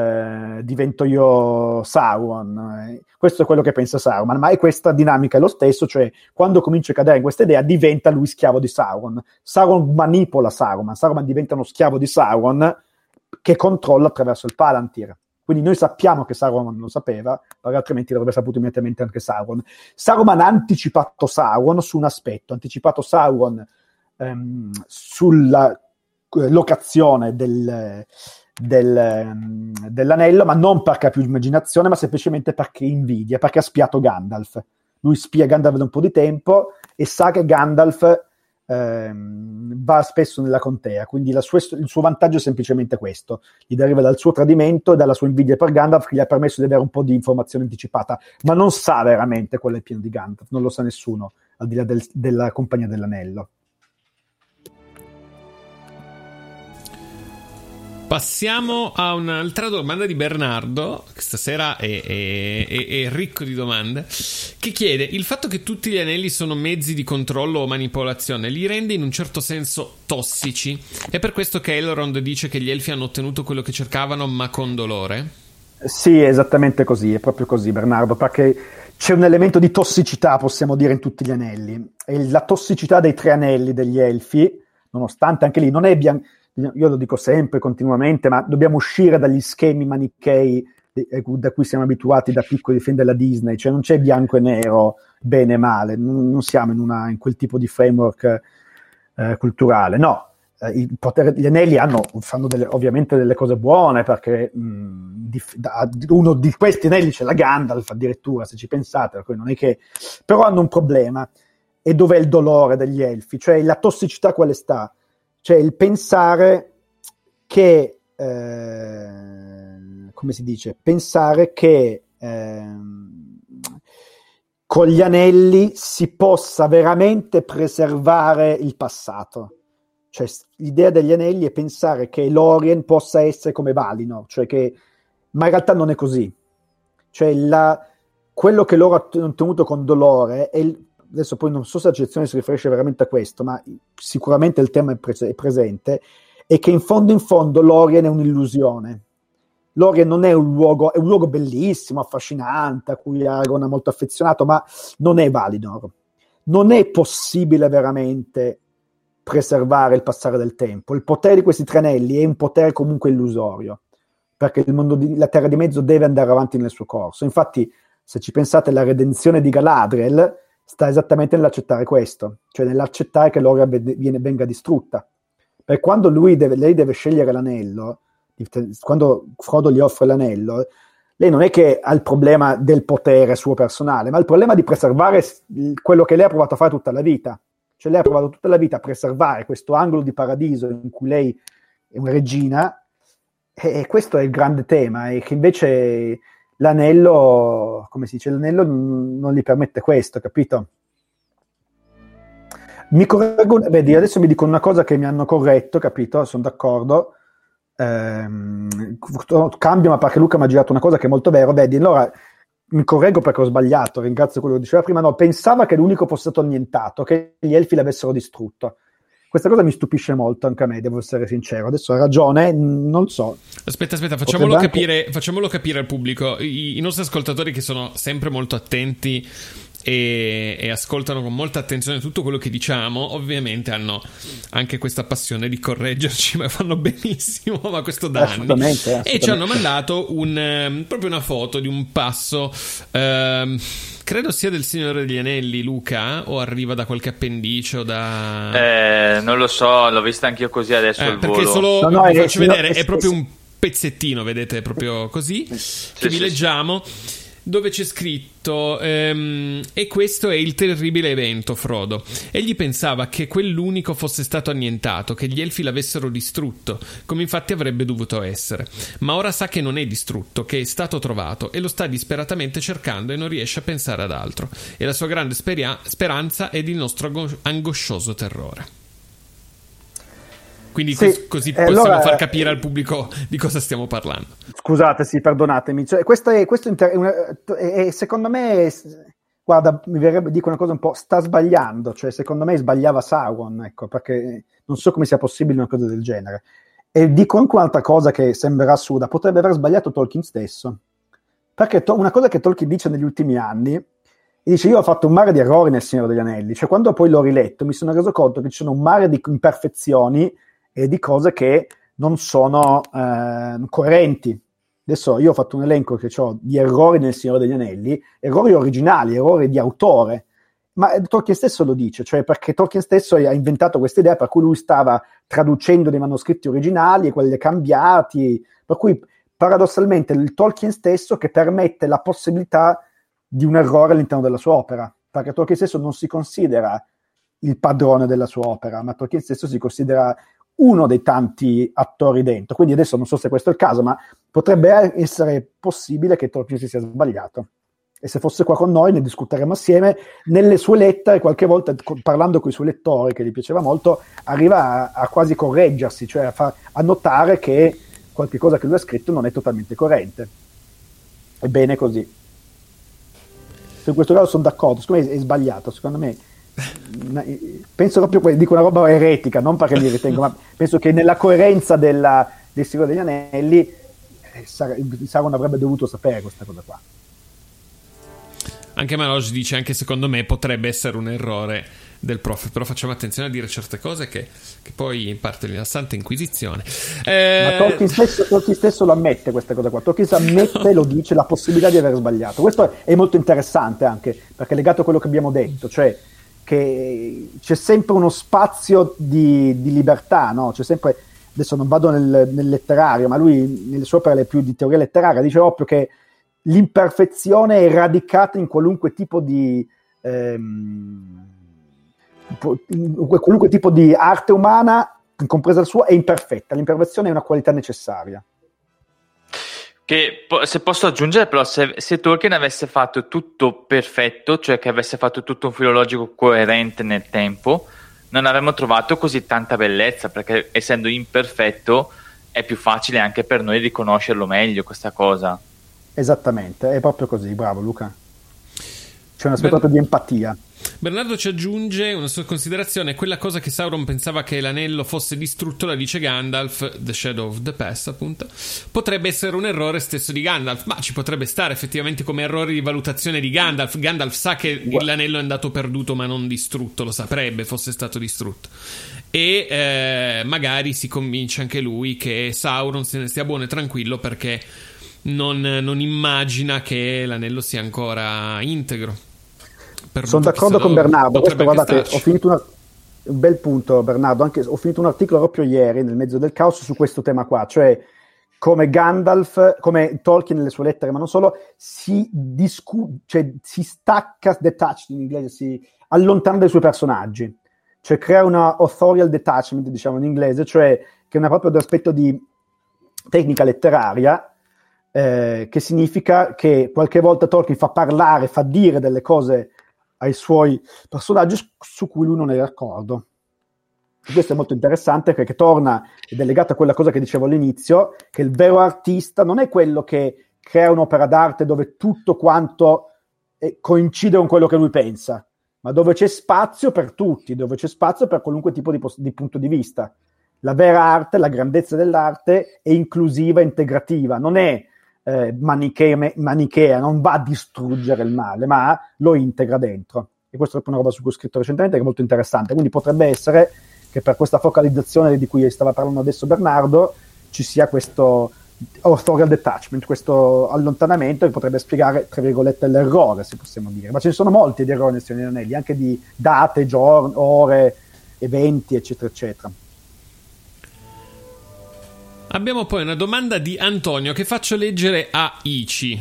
Sauron. Questo è quello che pensa Saruman, ma è questa dinamica è lo stesso, cioè quando comincia a cadere in questa idea diventa lui schiavo di Sauron. Sauron manipola Saruman diventa uno schiavo di Sauron che controlla attraverso il Palantir. Quindi noi sappiamo che Sauron non lo sapeva, perché altrimenti l'avrebbe saputo immediatamente anche Sauron. Saruman ha anticipato Sauron su un aspetto, ha anticipato Sauron sulla locazione dell'anello, ma non perché ha più immaginazione, ma semplicemente perché invidia, perché ha spiato Gandalf. Lui spia Gandalf da un po' di tempo e sa che Gandalf va spesso nella contea, quindi il suo vantaggio è semplicemente questo, gli deriva dal suo tradimento e dalla sua invidia per Gandalf, che gli ha permesso di avere un po' di informazione anticipata, ma non sa veramente qual è il piano di Gandalf, non lo sa nessuno al di là della compagnia dell'anello. Passiamo a un'altra domanda di Bernardo, che stasera è ricco di domande, che chiede: il fatto che tutti gli anelli sono mezzi di controllo o manipolazione li rende in un certo senso tossici? È per questo che Elrond dice che gli elfi hanno ottenuto quello che cercavano, ma con dolore? Sì, è esattamente così, è proprio così, Bernardo, perché c'è un elemento di tossicità, possiamo dire, in tutti gli anelli. E la tossicità dei 3 anelli degli elfi, nonostante anche lì non è io lo dico sempre, continuamente, ma dobbiamo uscire dagli schemi manichei da cui siamo abituati da piccoli film della Disney, cioè non c'è bianco e nero, bene e male, non siamo in quel tipo di framework culturale, no. Gli anelli fanno ovviamente delle cose buone, perché uno di questi anelli c'è la Gandalf addirittura, se ci pensate, per cui non è che, però hanno un problema. E dov'è il dolore degli elfi? Cioè la tossicità quale sta? Cioè il pensare che come si dice? Pensare che con gli anelli si possa veramente preservare il passato. Cioè l'idea degli anelli è pensare che Lorien possa essere come Valinor, cioè ma in realtà non è così. Cioè quello che loro hanno ottenuto con dolore è adesso poi non so se la citazione si riferisce veramente a questo, ma sicuramente il tema è presente, è che in fondo Lorien è un'illusione. Lorien non è è un luogo bellissimo, affascinante, a cui Aragorn è molto affezionato, ma non è Valinor. Non è possibile veramente preservare il passare del tempo. Il potere di questi 3 anelli è un potere comunque illusorio, perché la Terra di Mezzo deve andare avanti nel suo corso. Infatti, se ci pensate, la redenzione di Galadriel sta esattamente nell'accettare questo, cioè nell'accettare che Lorien venga distrutta. Per quando lei deve scegliere l'anello, quando Frodo gli offre l'anello, lei non è che ha il problema del potere suo personale, ma il problema di preservare quello che lei ha provato a fare tutta la vita. Cioè lei ha provato tutta la vita a preservare questo angolo di paradiso in cui lei è una regina, e questo è il grande tema, e che invece l'anello, come si dice, l'anello non gli permette questo, capito? Mi correggo, vedi, adesso mi dicono una cosa che mi hanno corretto, capito? Sono d'accordo. Cambio, ma perché Luca mi ha girato una cosa che è molto vero, vedi, allora mi correggo perché ho sbagliato, ringrazio quello che diceva prima, no, pensava che l'unico fosse stato annientato, che gli elfi l'avessero distrutto. Questa cosa mi stupisce molto anche a me, devo essere sincero. Adesso ha ragione, non so. Aspetta, facciamolo capire al pubblico. I nostri ascoltatori, che sono sempre molto attenti e ascoltano con molta attenzione tutto quello che diciamo, ovviamente hanno anche questa passione di correggerci, ma fanno benissimo, ma questo da anni. Assolutamente. E ci hanno mandato proprio una foto di un passo, credo sia del Signore degli Anelli, Luca, o arriva da qualche appendice o da... non lo so, l'ho vista anch'io così adesso al perché volo. solo vi faccio vedere, è proprio un pezzettino, vedete, proprio così, che vi leggiamo. Dove c'è scritto e questo è il terribile evento, Frodo. Egli pensava che quell'unico fosse stato annientato, che gli elfi l'avessero distrutto, come infatti avrebbe dovuto essere. Ma ora sa che non è distrutto, che è stato trovato, e lo sta disperatamente cercando e non riesce a pensare ad altro. E la sua grande speranza è il nostro angoscioso terrore. Quindi sì, così possiamo far capire al pubblico di cosa stiamo parlando. Scusate, sì, perdonatemi. Cioè, questo secondo me, guarda, mi verrebbe dico una cosa un po', sta sbagliando. Cioè, secondo me sbagliava Sauron, ecco, perché non so come sia possibile una cosa del genere. E dico anche un'altra cosa che sembrerà assurda, potrebbe aver sbagliato Tolkien stesso. Perché una cosa che Tolkien dice negli ultimi anni, dice: io ho fatto un mare di errori nel Signore degli Anelli. Cioè, quando poi l'ho riletto mi sono reso conto che ci sono un mare di imperfezioni e di cose che non sono coerenti. Adesso io ho fatto un elenco che ho di errori nel Signore degli Anelli, errori originali, errori di autore, ma Tolkien stesso lo dice, cioè perché Tolkien stesso ha inventato questa idea per cui lui stava traducendo dei manoscritti originali e quelli cambiati, per cui paradossalmente il Tolkien stesso che permette la possibilità di un errore all'interno della sua opera, perché Tolkien stesso non si considera il padrone della sua opera, ma Tolkien stesso si considera uno dei tanti attori dentro. Quindi adesso non so se questo è il caso, ma potrebbe essere possibile che Tolkien si sia sbagliato, e se fosse qua con noi ne discuteremo assieme. Nelle sue lettere qualche volta, parlando con i suoi lettori, che gli piaceva molto, arriva a quasi correggersi, cioè a notare che qualche cosa che lui ha scritto non è totalmente coerente. È bene così. In questo caso sono d'accordo, secondo me è sbagliato, secondo me penso proprio, dico una roba eretica, non perché li ritengo, ma penso che nella coerenza del Signore degli Anelli Sauron avrebbe dovuto sapere questa cosa qua. Anche Maloj dice, anche secondo me potrebbe essere un errore del prof, però facciamo attenzione a dire certe cose che poi parte la Santa Inquisizione. Ma Tolkien stesso lo ammette questa cosa qua, Tolkien ammette, lo dice, la possibilità di aver sbagliato. Questo è molto interessante anche, perché è legato a quello che abbiamo detto, cioè che c'è sempre uno spazio di libertà, no? C'è sempre, adesso non vado nel letterario, ma lui nelle sue opere più di teoria letteraria dice proprio che l'imperfezione è radicata in qualunque tipo di arte umana, compresa la sua, è imperfetta. L'imperfezione è una qualità necessaria. Che se posso aggiungere, però, se Tolkien avesse fatto tutto perfetto, cioè che avesse fatto tutto un filologico coerente nel tempo, non avremmo trovato così tanta bellezza, perché essendo imperfetto è più facile anche per noi riconoscerlo meglio questa cosa. Esattamente, è proprio così, bravo Luca. C'è una specie proprio di empatia. Bernardo ci aggiunge una sua considerazione: quella cosa che Sauron pensava che l'anello fosse distrutto, la dice Gandalf, The Shadow of the Past appunto, potrebbe essere un errore stesso di Gandalf, ma ci potrebbe stare effettivamente come errore di valutazione di Gandalf. Gandalf sa che l'anello è andato perduto ma non distrutto, lo saprebbe fosse stato distrutto, e magari si convince anche lui che Sauron se ne stia buono e tranquillo perché non immagina che l'anello sia ancora integro. Sono d'accordo con Bernardo. Questo, guardate, ho finito un bel punto, Bernardo, ho finito un articolo proprio ieri nel mezzo del caos su questo tema qua, cioè come Gandalf, come Tolkien nelle sue lettere, ma non solo, si stacca, detached in inglese, si allontana dai suoi personaggi, cioè crea una authorial detachment, diciamo in inglese, cioè che è proprio un aspetto di tecnica letteraria, che significa che qualche volta Tolkien fa dire delle cose ai suoi personaggi su cui lui non è d'accordo. Questo è molto interessante perché torna, ed è legato a quella cosa che dicevo all'inizio, che il vero artista non è quello che crea un'opera d'arte dove tutto quanto coincide con quello che lui pensa, ma dove c'è spazio per tutti, dove c'è spazio per qualunque tipo di punto di vista. La vera arte, la grandezza dell'arte è inclusiva, integrativa, non è manichea, non va a distruggere il male, ma lo integra dentro. E questa è una roba su cui ho scritto recentemente che è molto interessante. Quindi potrebbe essere che per questa focalizzazione di cui stava parlando adesso Bernardo ci sia questo authorial detachment, questo allontanamento che potrebbe spiegare, tra virgolette, l'errore, se possiamo dire. Ma ce ne sono molti di errori nel Signore degli Anelli, anche di date, giorni, ore, eventi, eccetera, eccetera. Abbiamo poi una domanda di Antonio che faccio leggere a Ici.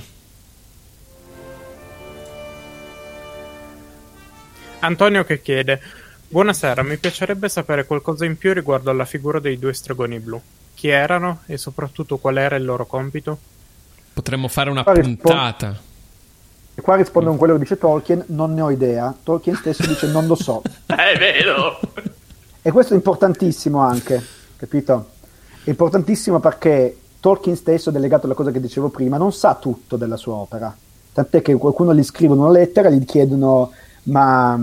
Antonio che chiede: buonasera, mi piacerebbe sapere qualcosa in più riguardo alla figura dei due stregoni blu. Chi erano e soprattutto qual era il loro compito? Potremmo fare una puntata. E qua rispondo con quello che dice Tolkien: non ne ho idea. Tolkien stesso dice non lo so. È vero! E questo è importantissimo anche, capito? È importantissimo perché Tolkien stesso, è legato alla cosa che dicevo prima, non sa tutto della sua opera. Tant'è che qualcuno gli scrive una lettera, gli chiedono ma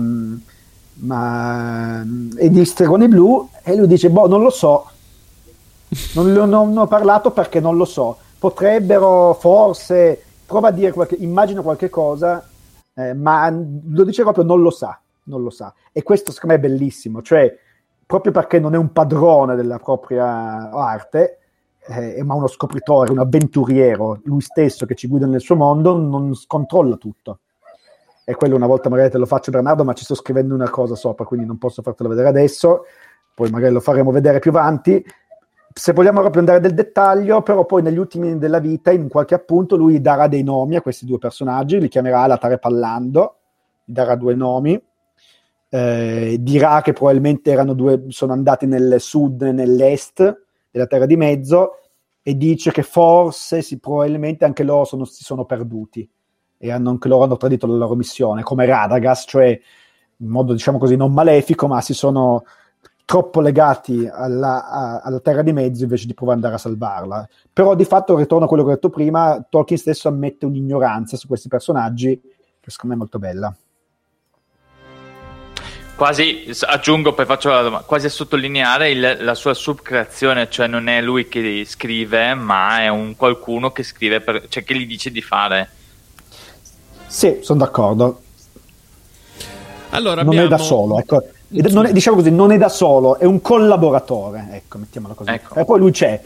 e di Stregoni Blu, e lui dice non lo so, non ho parlato perché non lo so, potrebbero forse, prova a dire immagino qualche cosa, ma lo dice proprio non lo sa. E questo secondo me è bellissimo, cioè proprio perché non è un padrone della propria arte, ma uno scopritore, un avventuriero, lui stesso che ci guida nel suo mondo, non controlla tutto. E quello una volta magari te lo faccio, Bernardo, ma ci sto scrivendo una cosa sopra, quindi non posso fartelo vedere adesso, poi magari lo faremo vedere più avanti. Se vogliamo proprio andare nel dettaglio, però poi negli ultimi della vita, in qualche appunto, lui darà dei nomi a questi due personaggi, li chiamerà Alatar e Pallando, gli darà 2 nomi, dirà che probabilmente sono andati nel sud e nell'est della Terra di Mezzo, e dice che forse probabilmente anche loro si sono perduti e anche loro hanno tradito la loro missione, come Radagast, cioè in modo diciamo così non malefico, ma si sono troppo legati alla Terra di Mezzo invece di provare ad andare a salvarla. Però di fatto, ritorno a quello che ho detto prima, Tolkien stesso ammette un'ignoranza su questi personaggi che secondo me è molto bella. Quasi, aggiungo, poi faccio la domanda, quasi a sottolineare la sua subcreazione, cioè non è lui che scrive, ma è un qualcuno che scrive, cioè che gli dice di fare. Sì, sono d'accordo. Allora, non è da solo, ecco. Diciamo così, non è da solo, è un collaboratore, ecco, mettiamolo così. Ecco. E poi lui c'è.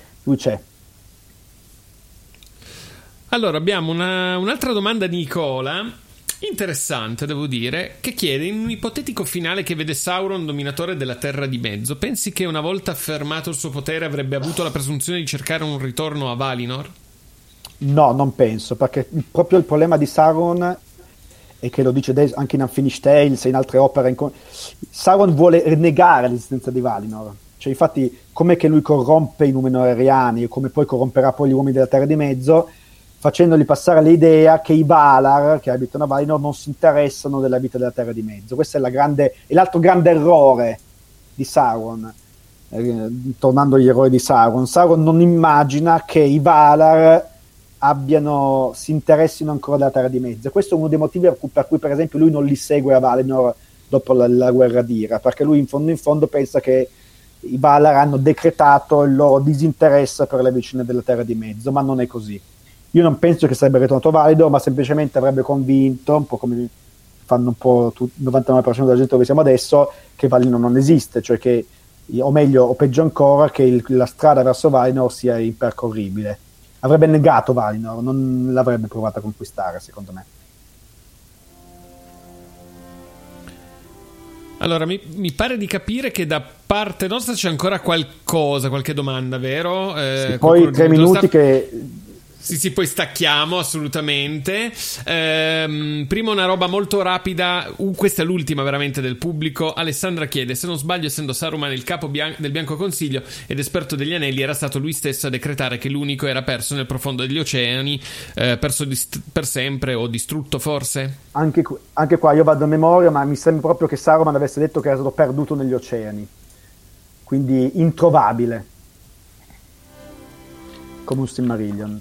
Allora, abbiamo un'altra domanda di Nicola, interessante devo dire, che chiede: in un ipotetico finale che vede Sauron dominatore della Terra di Mezzo, pensi che una volta affermato il suo potere avrebbe avuto la presunzione di cercare un ritorno a Valinor? No, non penso, perché proprio il problema di Sauron, e che lo dice anche in Unfinished Tales e in altre opere, Sauron vuole negare l'esistenza di Valinor. Cioè, infatti, com'è che lui corrompe i Númenóreani e come poi corromperà poi gli uomini della Terra di Mezzo, facendoli passare l'idea che i Valar, che abitano a Valinor, non si interessano della vita della Terra di Mezzo. Questo è l'altro grande errore di Sauron. Tornando agli errori di Sauron non immagina che i Valar si interessino ancora della Terra di Mezzo. Questo è uno dei motivi per cui, per esempio, lui non li segue a Valinor dopo la guerra di Ira, perché lui in fondo pensa che i Valar hanno decretato il loro disinteresse per le vicine della Terra di Mezzo, ma non è così. Io non penso che sarebbe ritornato valido, ma semplicemente avrebbe convinto, un po' come fanno un po' il 99% della gente dove siamo adesso, che Valinor non esiste, cioè che, o meglio, o peggio ancora, che la strada verso Valinor sia impercorribile. Avrebbe negato Valinor, non l'avrebbe provato a conquistare, secondo me. Allora, mi pare di capire che da parte nostra c'è ancora qualche domanda, vero? Sì, poi 3 minuti che... Sì, poi stacchiamo assolutamente. Prima una roba molto rapida, questa è l'ultima veramente del pubblico. Alessandra chiede: se non sbaglio, essendo Saruman il capo del Bianco Consiglio ed esperto degli anelli, era stato lui stesso a decretare che l'unico era perso nel profondo degli oceani, perso per sempre o distrutto forse? Anche qua io vado a memoria, ma mi sembra proprio che Saruman avesse detto che era stato perduto negli oceani, quindi introvabile, come un Silmarillion.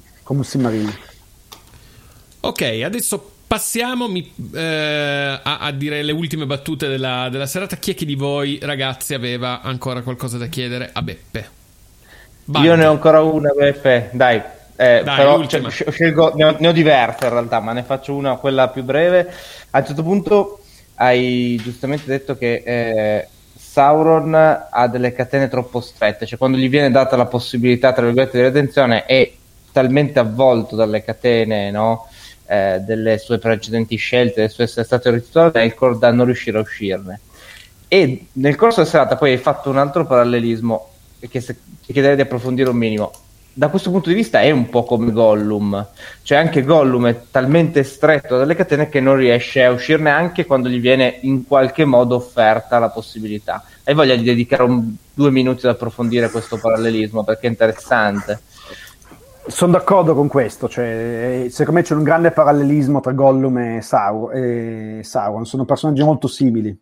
Ok, adesso passiamo a dire le ultime battute della serata. Chi è che di voi, ragazzi, aveva ancora qualcosa da chiedere a Beppe? Bante. Io ne ho ancora una, Beppe. Dai, però scelgo, ne ho diverse in realtà, ma ne faccio una, quella più breve. A un certo punto hai giustamente detto che Sauron ha delle catene troppo strette, cioè quando gli viene data la possibilità, tra virgolette, di redenzione, è talmente avvolto dalle catene, no? Delle sue precedenti scelte, del suo essere stato ereditato da Elcor, da non riuscire a uscirne. E nel corso della serata poi hai fatto un altro parallelismo che chiederei di approfondire un minimo. Da questo punto di vista è un po' come Gollum, cioè anche Gollum è talmente stretto dalle catene che non riesce a uscirne anche quando gli viene in qualche modo offerta la possibilità. Hai voglia di dedicare 2 minuti ad approfondire questo parallelismo, perché è interessante. Sono d'accordo con questo, cioè, secondo me c'è un grande parallelismo tra Gollum e Sauron. Sono personaggi molto simili.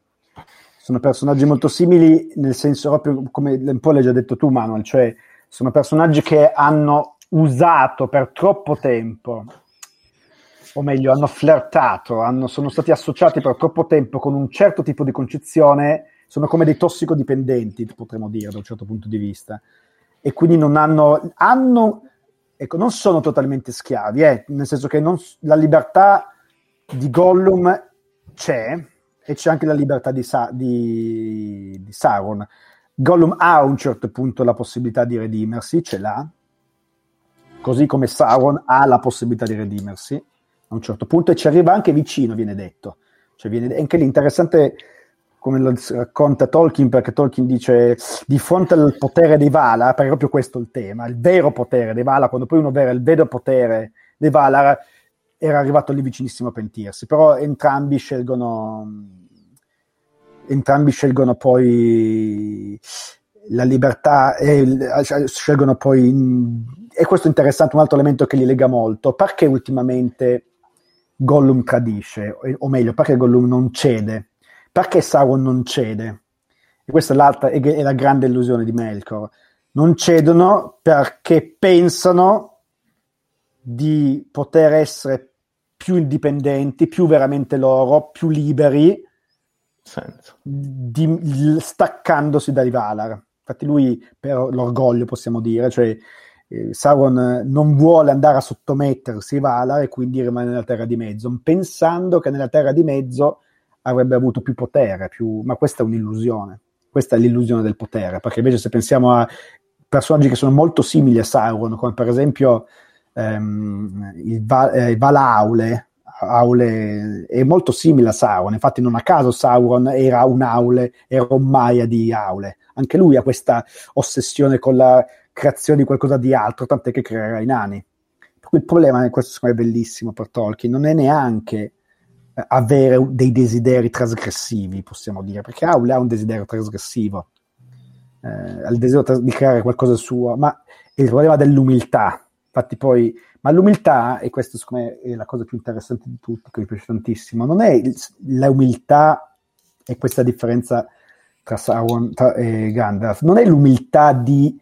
Nel senso proprio come un po' l'hai già detto tu, Manuel, cioè sono personaggi che hanno usato per troppo tempo, o meglio hanno flirtato, sono stati associati per troppo tempo con un certo tipo di concezione, sono come dei tossicodipendenti, potremmo dire da un certo punto di vista, e quindi non ecco, non sono totalmente schiavi, nel senso che la libertà di Gollum c'è, e c'è anche la libertà di Sauron. Gollum ha a un certo punto la possibilità di redimersi, ce l'ha, così come Sauron ha la possibilità di redimersi a un certo punto, e ci arriva anche vicino, viene detto. Cioè anche lì interessante come lo racconta Tolkien, perché Tolkien dice di fronte al potere dei Valar, perché è proprio questo il tema, il vero potere dei Valar, quando poi uno vede il vero potere dei Valar, era arrivato lì vicinissimo a pentirsi, però entrambi scelgono poi la libertà scelgono poi e questo è interessante, un altro elemento che li lega molto. Perché ultimamente Gollum tradisce, o meglio, perché Gollum non cede? Perché Sauron non cede? E questa è la grande illusione di Melkor. Non cedono perché pensano di poter essere più indipendenti, più veramente loro, più liberi, staccandosi dai Valar. Infatti lui, per l'orgoglio possiamo dire, cioè Sauron non vuole andare a sottomettersi ai Valar e quindi rimane nella Terra di Mezzo, pensando che nella Terra di Mezzo avrebbe avuto più potere, ma questa è un'illusione. Questa è l'illusione del potere, perché invece se pensiamo a personaggi che sono molto simili a Sauron, come per esempio il Vala Aule è molto simile a Sauron, infatti non a caso Sauron era un Aule, era un Maia di Aule, anche lui ha questa ossessione con la creazione di qualcosa di altro, tant'è che creerà i nani. Per cui il problema, questo è bellissimo per Tolkien, non è neanche avere dei desideri trasgressivi, possiamo dire, perché Aule ha un desiderio trasgressivo, ha il desiderio di creare qualcosa suo, ma è il problema dell'umiltà. Infatti poi, ma l'umiltà, e questa secondo me è la cosa più interessante di tutti, che mi piace tantissimo, non è l'umiltà, e questa differenza tra Sauron e Gandalf, non è l'umiltà di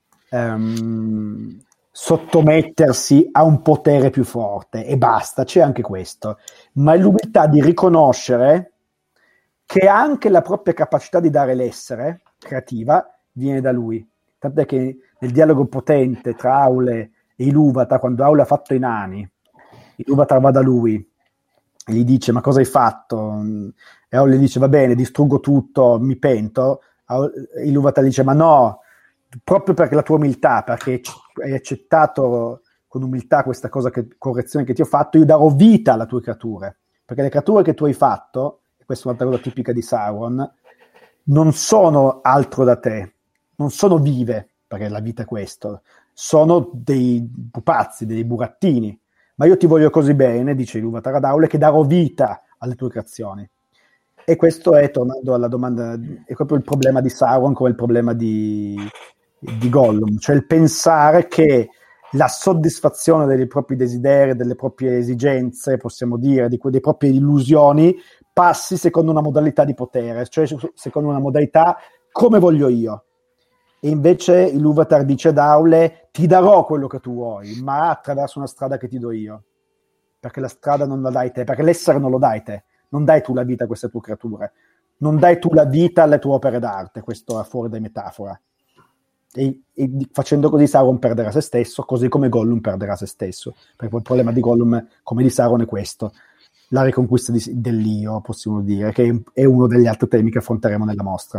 sottomettersi a un potere più forte e basta, c'è anche questo, ma è l'umiltà di riconoscere che anche la propria capacità di dare l'essere creativa viene da lui. Tant'è che nel dialogo potente tra Aule e Ilúvatar, quando Aule ha fatto i nani, Ilúvatar va da lui e gli dice: ma cosa hai fatto? E Aule gli dice: va bene, distruggo tutto, mi pento. Ilúvatar dice: ma no, proprio perché la tua umiltà, perché hai accettato con umiltà questa correzione che ti ho fatto, io darò vita alle tue creature, perché le creature che tu hai fatto, e questa è un'altra cosa tipica di Sauron, non sono altro da te, non sono vive, perché la vita è questo, sono dei pupazzi, dei burattini, ma io ti voglio così bene, dice Ilúvatar ad Aule, che darò vita alle tue creazioni. E questo è, tornando alla domanda, è proprio il problema di Sauron come il problema di Gollum, cioè il pensare che la soddisfazione dei propri desideri, delle proprie esigenze, possiamo dire, delle proprie illusioni, passi secondo una modalità di potere, cioè secondo una modalità come voglio io. E invece Ilúvatar dice ad Aule: ti darò quello che tu vuoi, ma attraverso una strada che ti do io, perché la strada non la dai te, perché l'essere non lo dai te, non dai tu la vita a queste tue creature, non dai tu la vita alle tue opere d'arte, questo è fuori da metafora. E facendo così Sauron perderà se stesso, così come Gollum perderà se stesso, perché il problema di Gollum come di Sauron è questo, la riconquista dell'io, possiamo dire, che è uno degli altri temi che affronteremo nella mostra.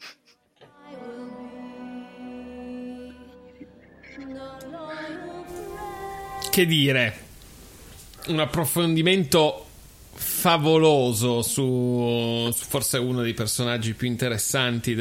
Che dire, un approfondimento favoloso su forse uno dei personaggi più interessanti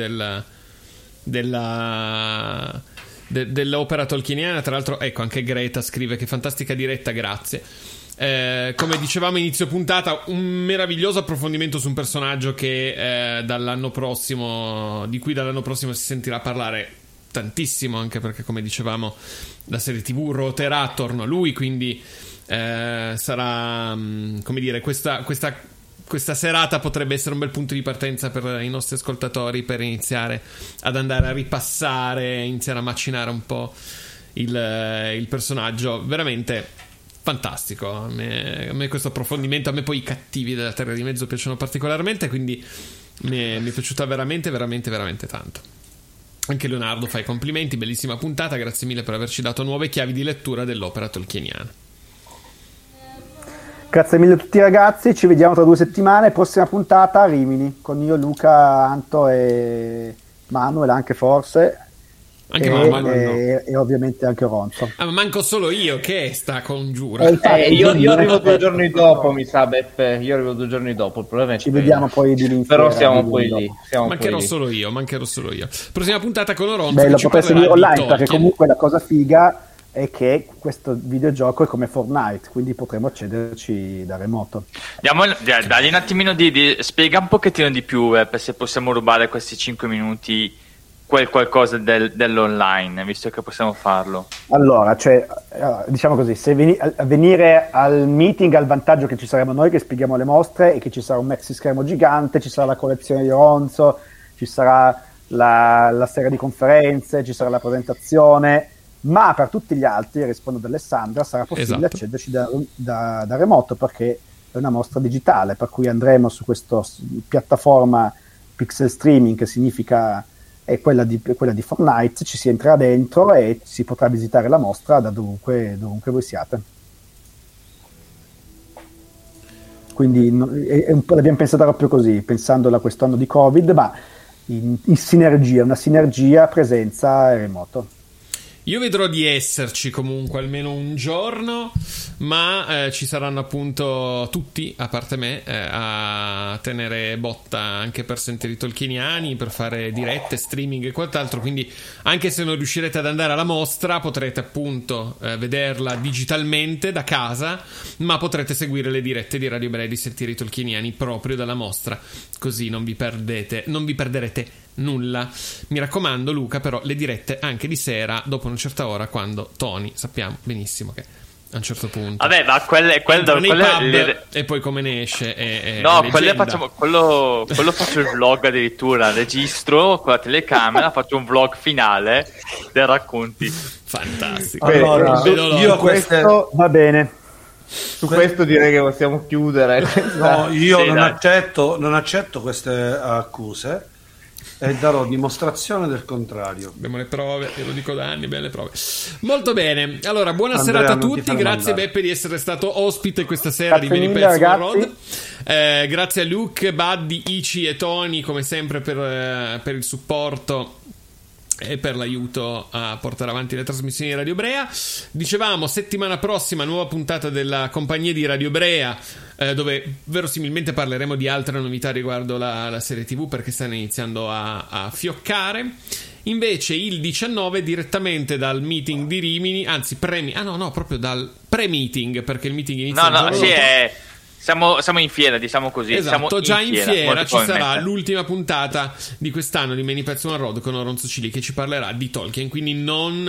dell'opera tolkieniana. Tra l'altro, ecco, anche Greta scrive che fantastica diretta, grazie. Come dicevamo inizio puntata, un meraviglioso approfondimento su un personaggio che dall'anno prossimo, di cui dall'anno prossimo si sentirà parlare tantissimo, anche perché, come dicevamo, la serie TV ruoterà attorno a lui, quindi sarà, come dire, questa serata potrebbe essere un bel punto di partenza per i nostri ascoltatori, per iniziare ad andare a ripassare, iniziare a macinare un po' il personaggio. Veramente fantastico. A me questo approfondimento, a me poi i cattivi della Terra di Mezzo piacciono particolarmente, quindi mi è piaciuta veramente tanto. Anche Leonardo fa i complimenti, bellissima puntata, grazie mille per averci dato nuove chiavi di lettura dell'opera tolkieniana. Grazie mille a tutti ragazzi, ci vediamo tra 2 settimane, prossima puntata a Rimini, con io, Luca, Anto e Manuel anche forse, anche e ovviamente anche Ronzo. Ma manco solo io, che sta congiura. Io arrivo 2 giorni dopo, mi sa, Beppe, io arrivo 2 giorni dopo, il problema è ci vediamo poi di lì. Però siamo poi lì. Mancherò solo io. Prossima puntata con Ronzo. Beh, lo potete seguire online, perché comunque la cosa figa è che questo videogioco è come Fortnite, quindi potremo accederci da remoto. Dagli un attimino spiega un pochettino di più, se possiamo rubare questi 5 minuti qualcosa dell'online, visto che possiamo farlo. Allora, cioè, diciamo così, se venire al meeting ha il vantaggio che ci saremo noi che spieghiamo le mostre e che ci sarà un maxi schermo gigante, ci sarà la collezione di Ronzo, ci sarà la serie di conferenze, ci sarà la presentazione, ma per tutti gli altri, rispondo ad Alessandra, sarà possibile accederci da remoto, perché è una mostra digitale, per cui andremo su questa piattaforma Pixel Streaming, che significa è quella di Fortnite, ci si entrerà dentro e si potrà visitare la mostra da dovunque voi siate. Quindi l'abbiamo pensata proprio così, pensandola a quest'anno di Covid, ma in sinergia, una sinergia presenza e remoto. Io vedrò di esserci comunque almeno un giorno, ma ci saranno appunto tutti, a parte me, a tenere botta anche per sentire i tolkieniani, per fare dirette, streaming e quant'altro, quindi anche se non riuscirete ad andare alla mostra potrete appunto vederla digitalmente da casa, ma potrete seguire le dirette di Radio Brea e di sentire i tolkieniani proprio dalla mostra, così non vi perderete nulla. Mi raccomando, Luca, però le dirette anche di sera dopo una certa ora, quando Tony sappiamo benissimo che a un certo punto vabbè, ma quelle e poi come ne esce no, quelle facciamo quello faccio il vlog, addirittura registro con la telecamera, faccio un vlog finale dei racconti. Fantastico. Allora, io questo va bene. Su questo direi che possiamo chiudere. No, io non accetto queste accuse e darò dimostrazione del contrario. Abbiamo le prove, io lo dico da anni, abbiamo le prove. Molto bene, allora buona Andrea, serata a non ti tutti, fare grazie mandare. Beppe di essere stato ospite questa sera Grazie di Mini mille, Pezzo ragazzi. Road. Grazie a Luke, Buddy, Ici e Tony come sempre per il supporto e per l'aiuto a portare avanti le trasmissioni di Radio Brea. Dicevamo, settimana prossima nuova puntata della compagnia di Radio Brea, dove verosimilmente parleremo di altre novità riguardo la serie TV, perché stanno iniziando a fioccare. Invece il 19 direttamente dal meeting di Rimini, anzi proprio dal pre-meeting, perché il meeting inizia il giorno dopo. Siamo in fiera, diciamo così. Esatto, siamo già in fiera ci sarà probabilmente l'ultima puntata di quest'anno di Many Pets One Road con Oronzo Cili, che ci parlerà di Tolkien, quindi non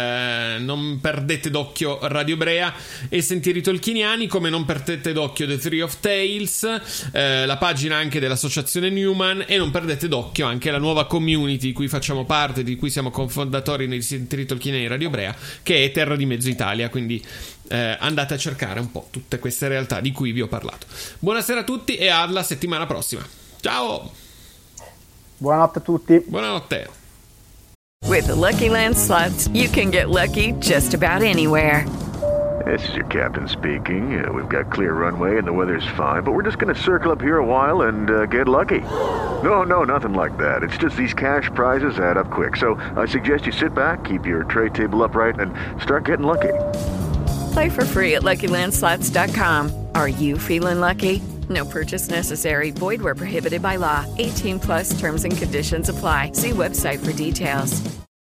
perdete d'occhio Radio Brea e sentire i tolkieniani, come non perdete d'occhio The Three of Tales, la pagina anche dell'associazione Newman, e non perdete d'occhio anche la nuova community di cui facciamo parte, di cui siamo cofondatori nei Sentire i Tolkieniani Radio Brea, che è Terra di Mezzo Italia, quindi andate a cercare un po' tutte queste realtà di cui vi ho parlato. Buonasera a tutti e alla settimana prossima. Ciao. Buonanotte a tutti. Buonanotte. With the Lucky Land Slots, you can get lucky just about anywhere. This is your captain speaking. We've got clear runway and the weather's fine, but we're just going to circle up here a while and get lucky. No, nothing like that. It's just these cash prizes add up quick. So I suggest you sit back, keep your tray table upright, and start getting lucky. Play for free at LuckyLandSlots.com. Are you feeling lucky? No purchase necessary. Void where prohibited by law. 18+ terms and conditions apply. See website for details.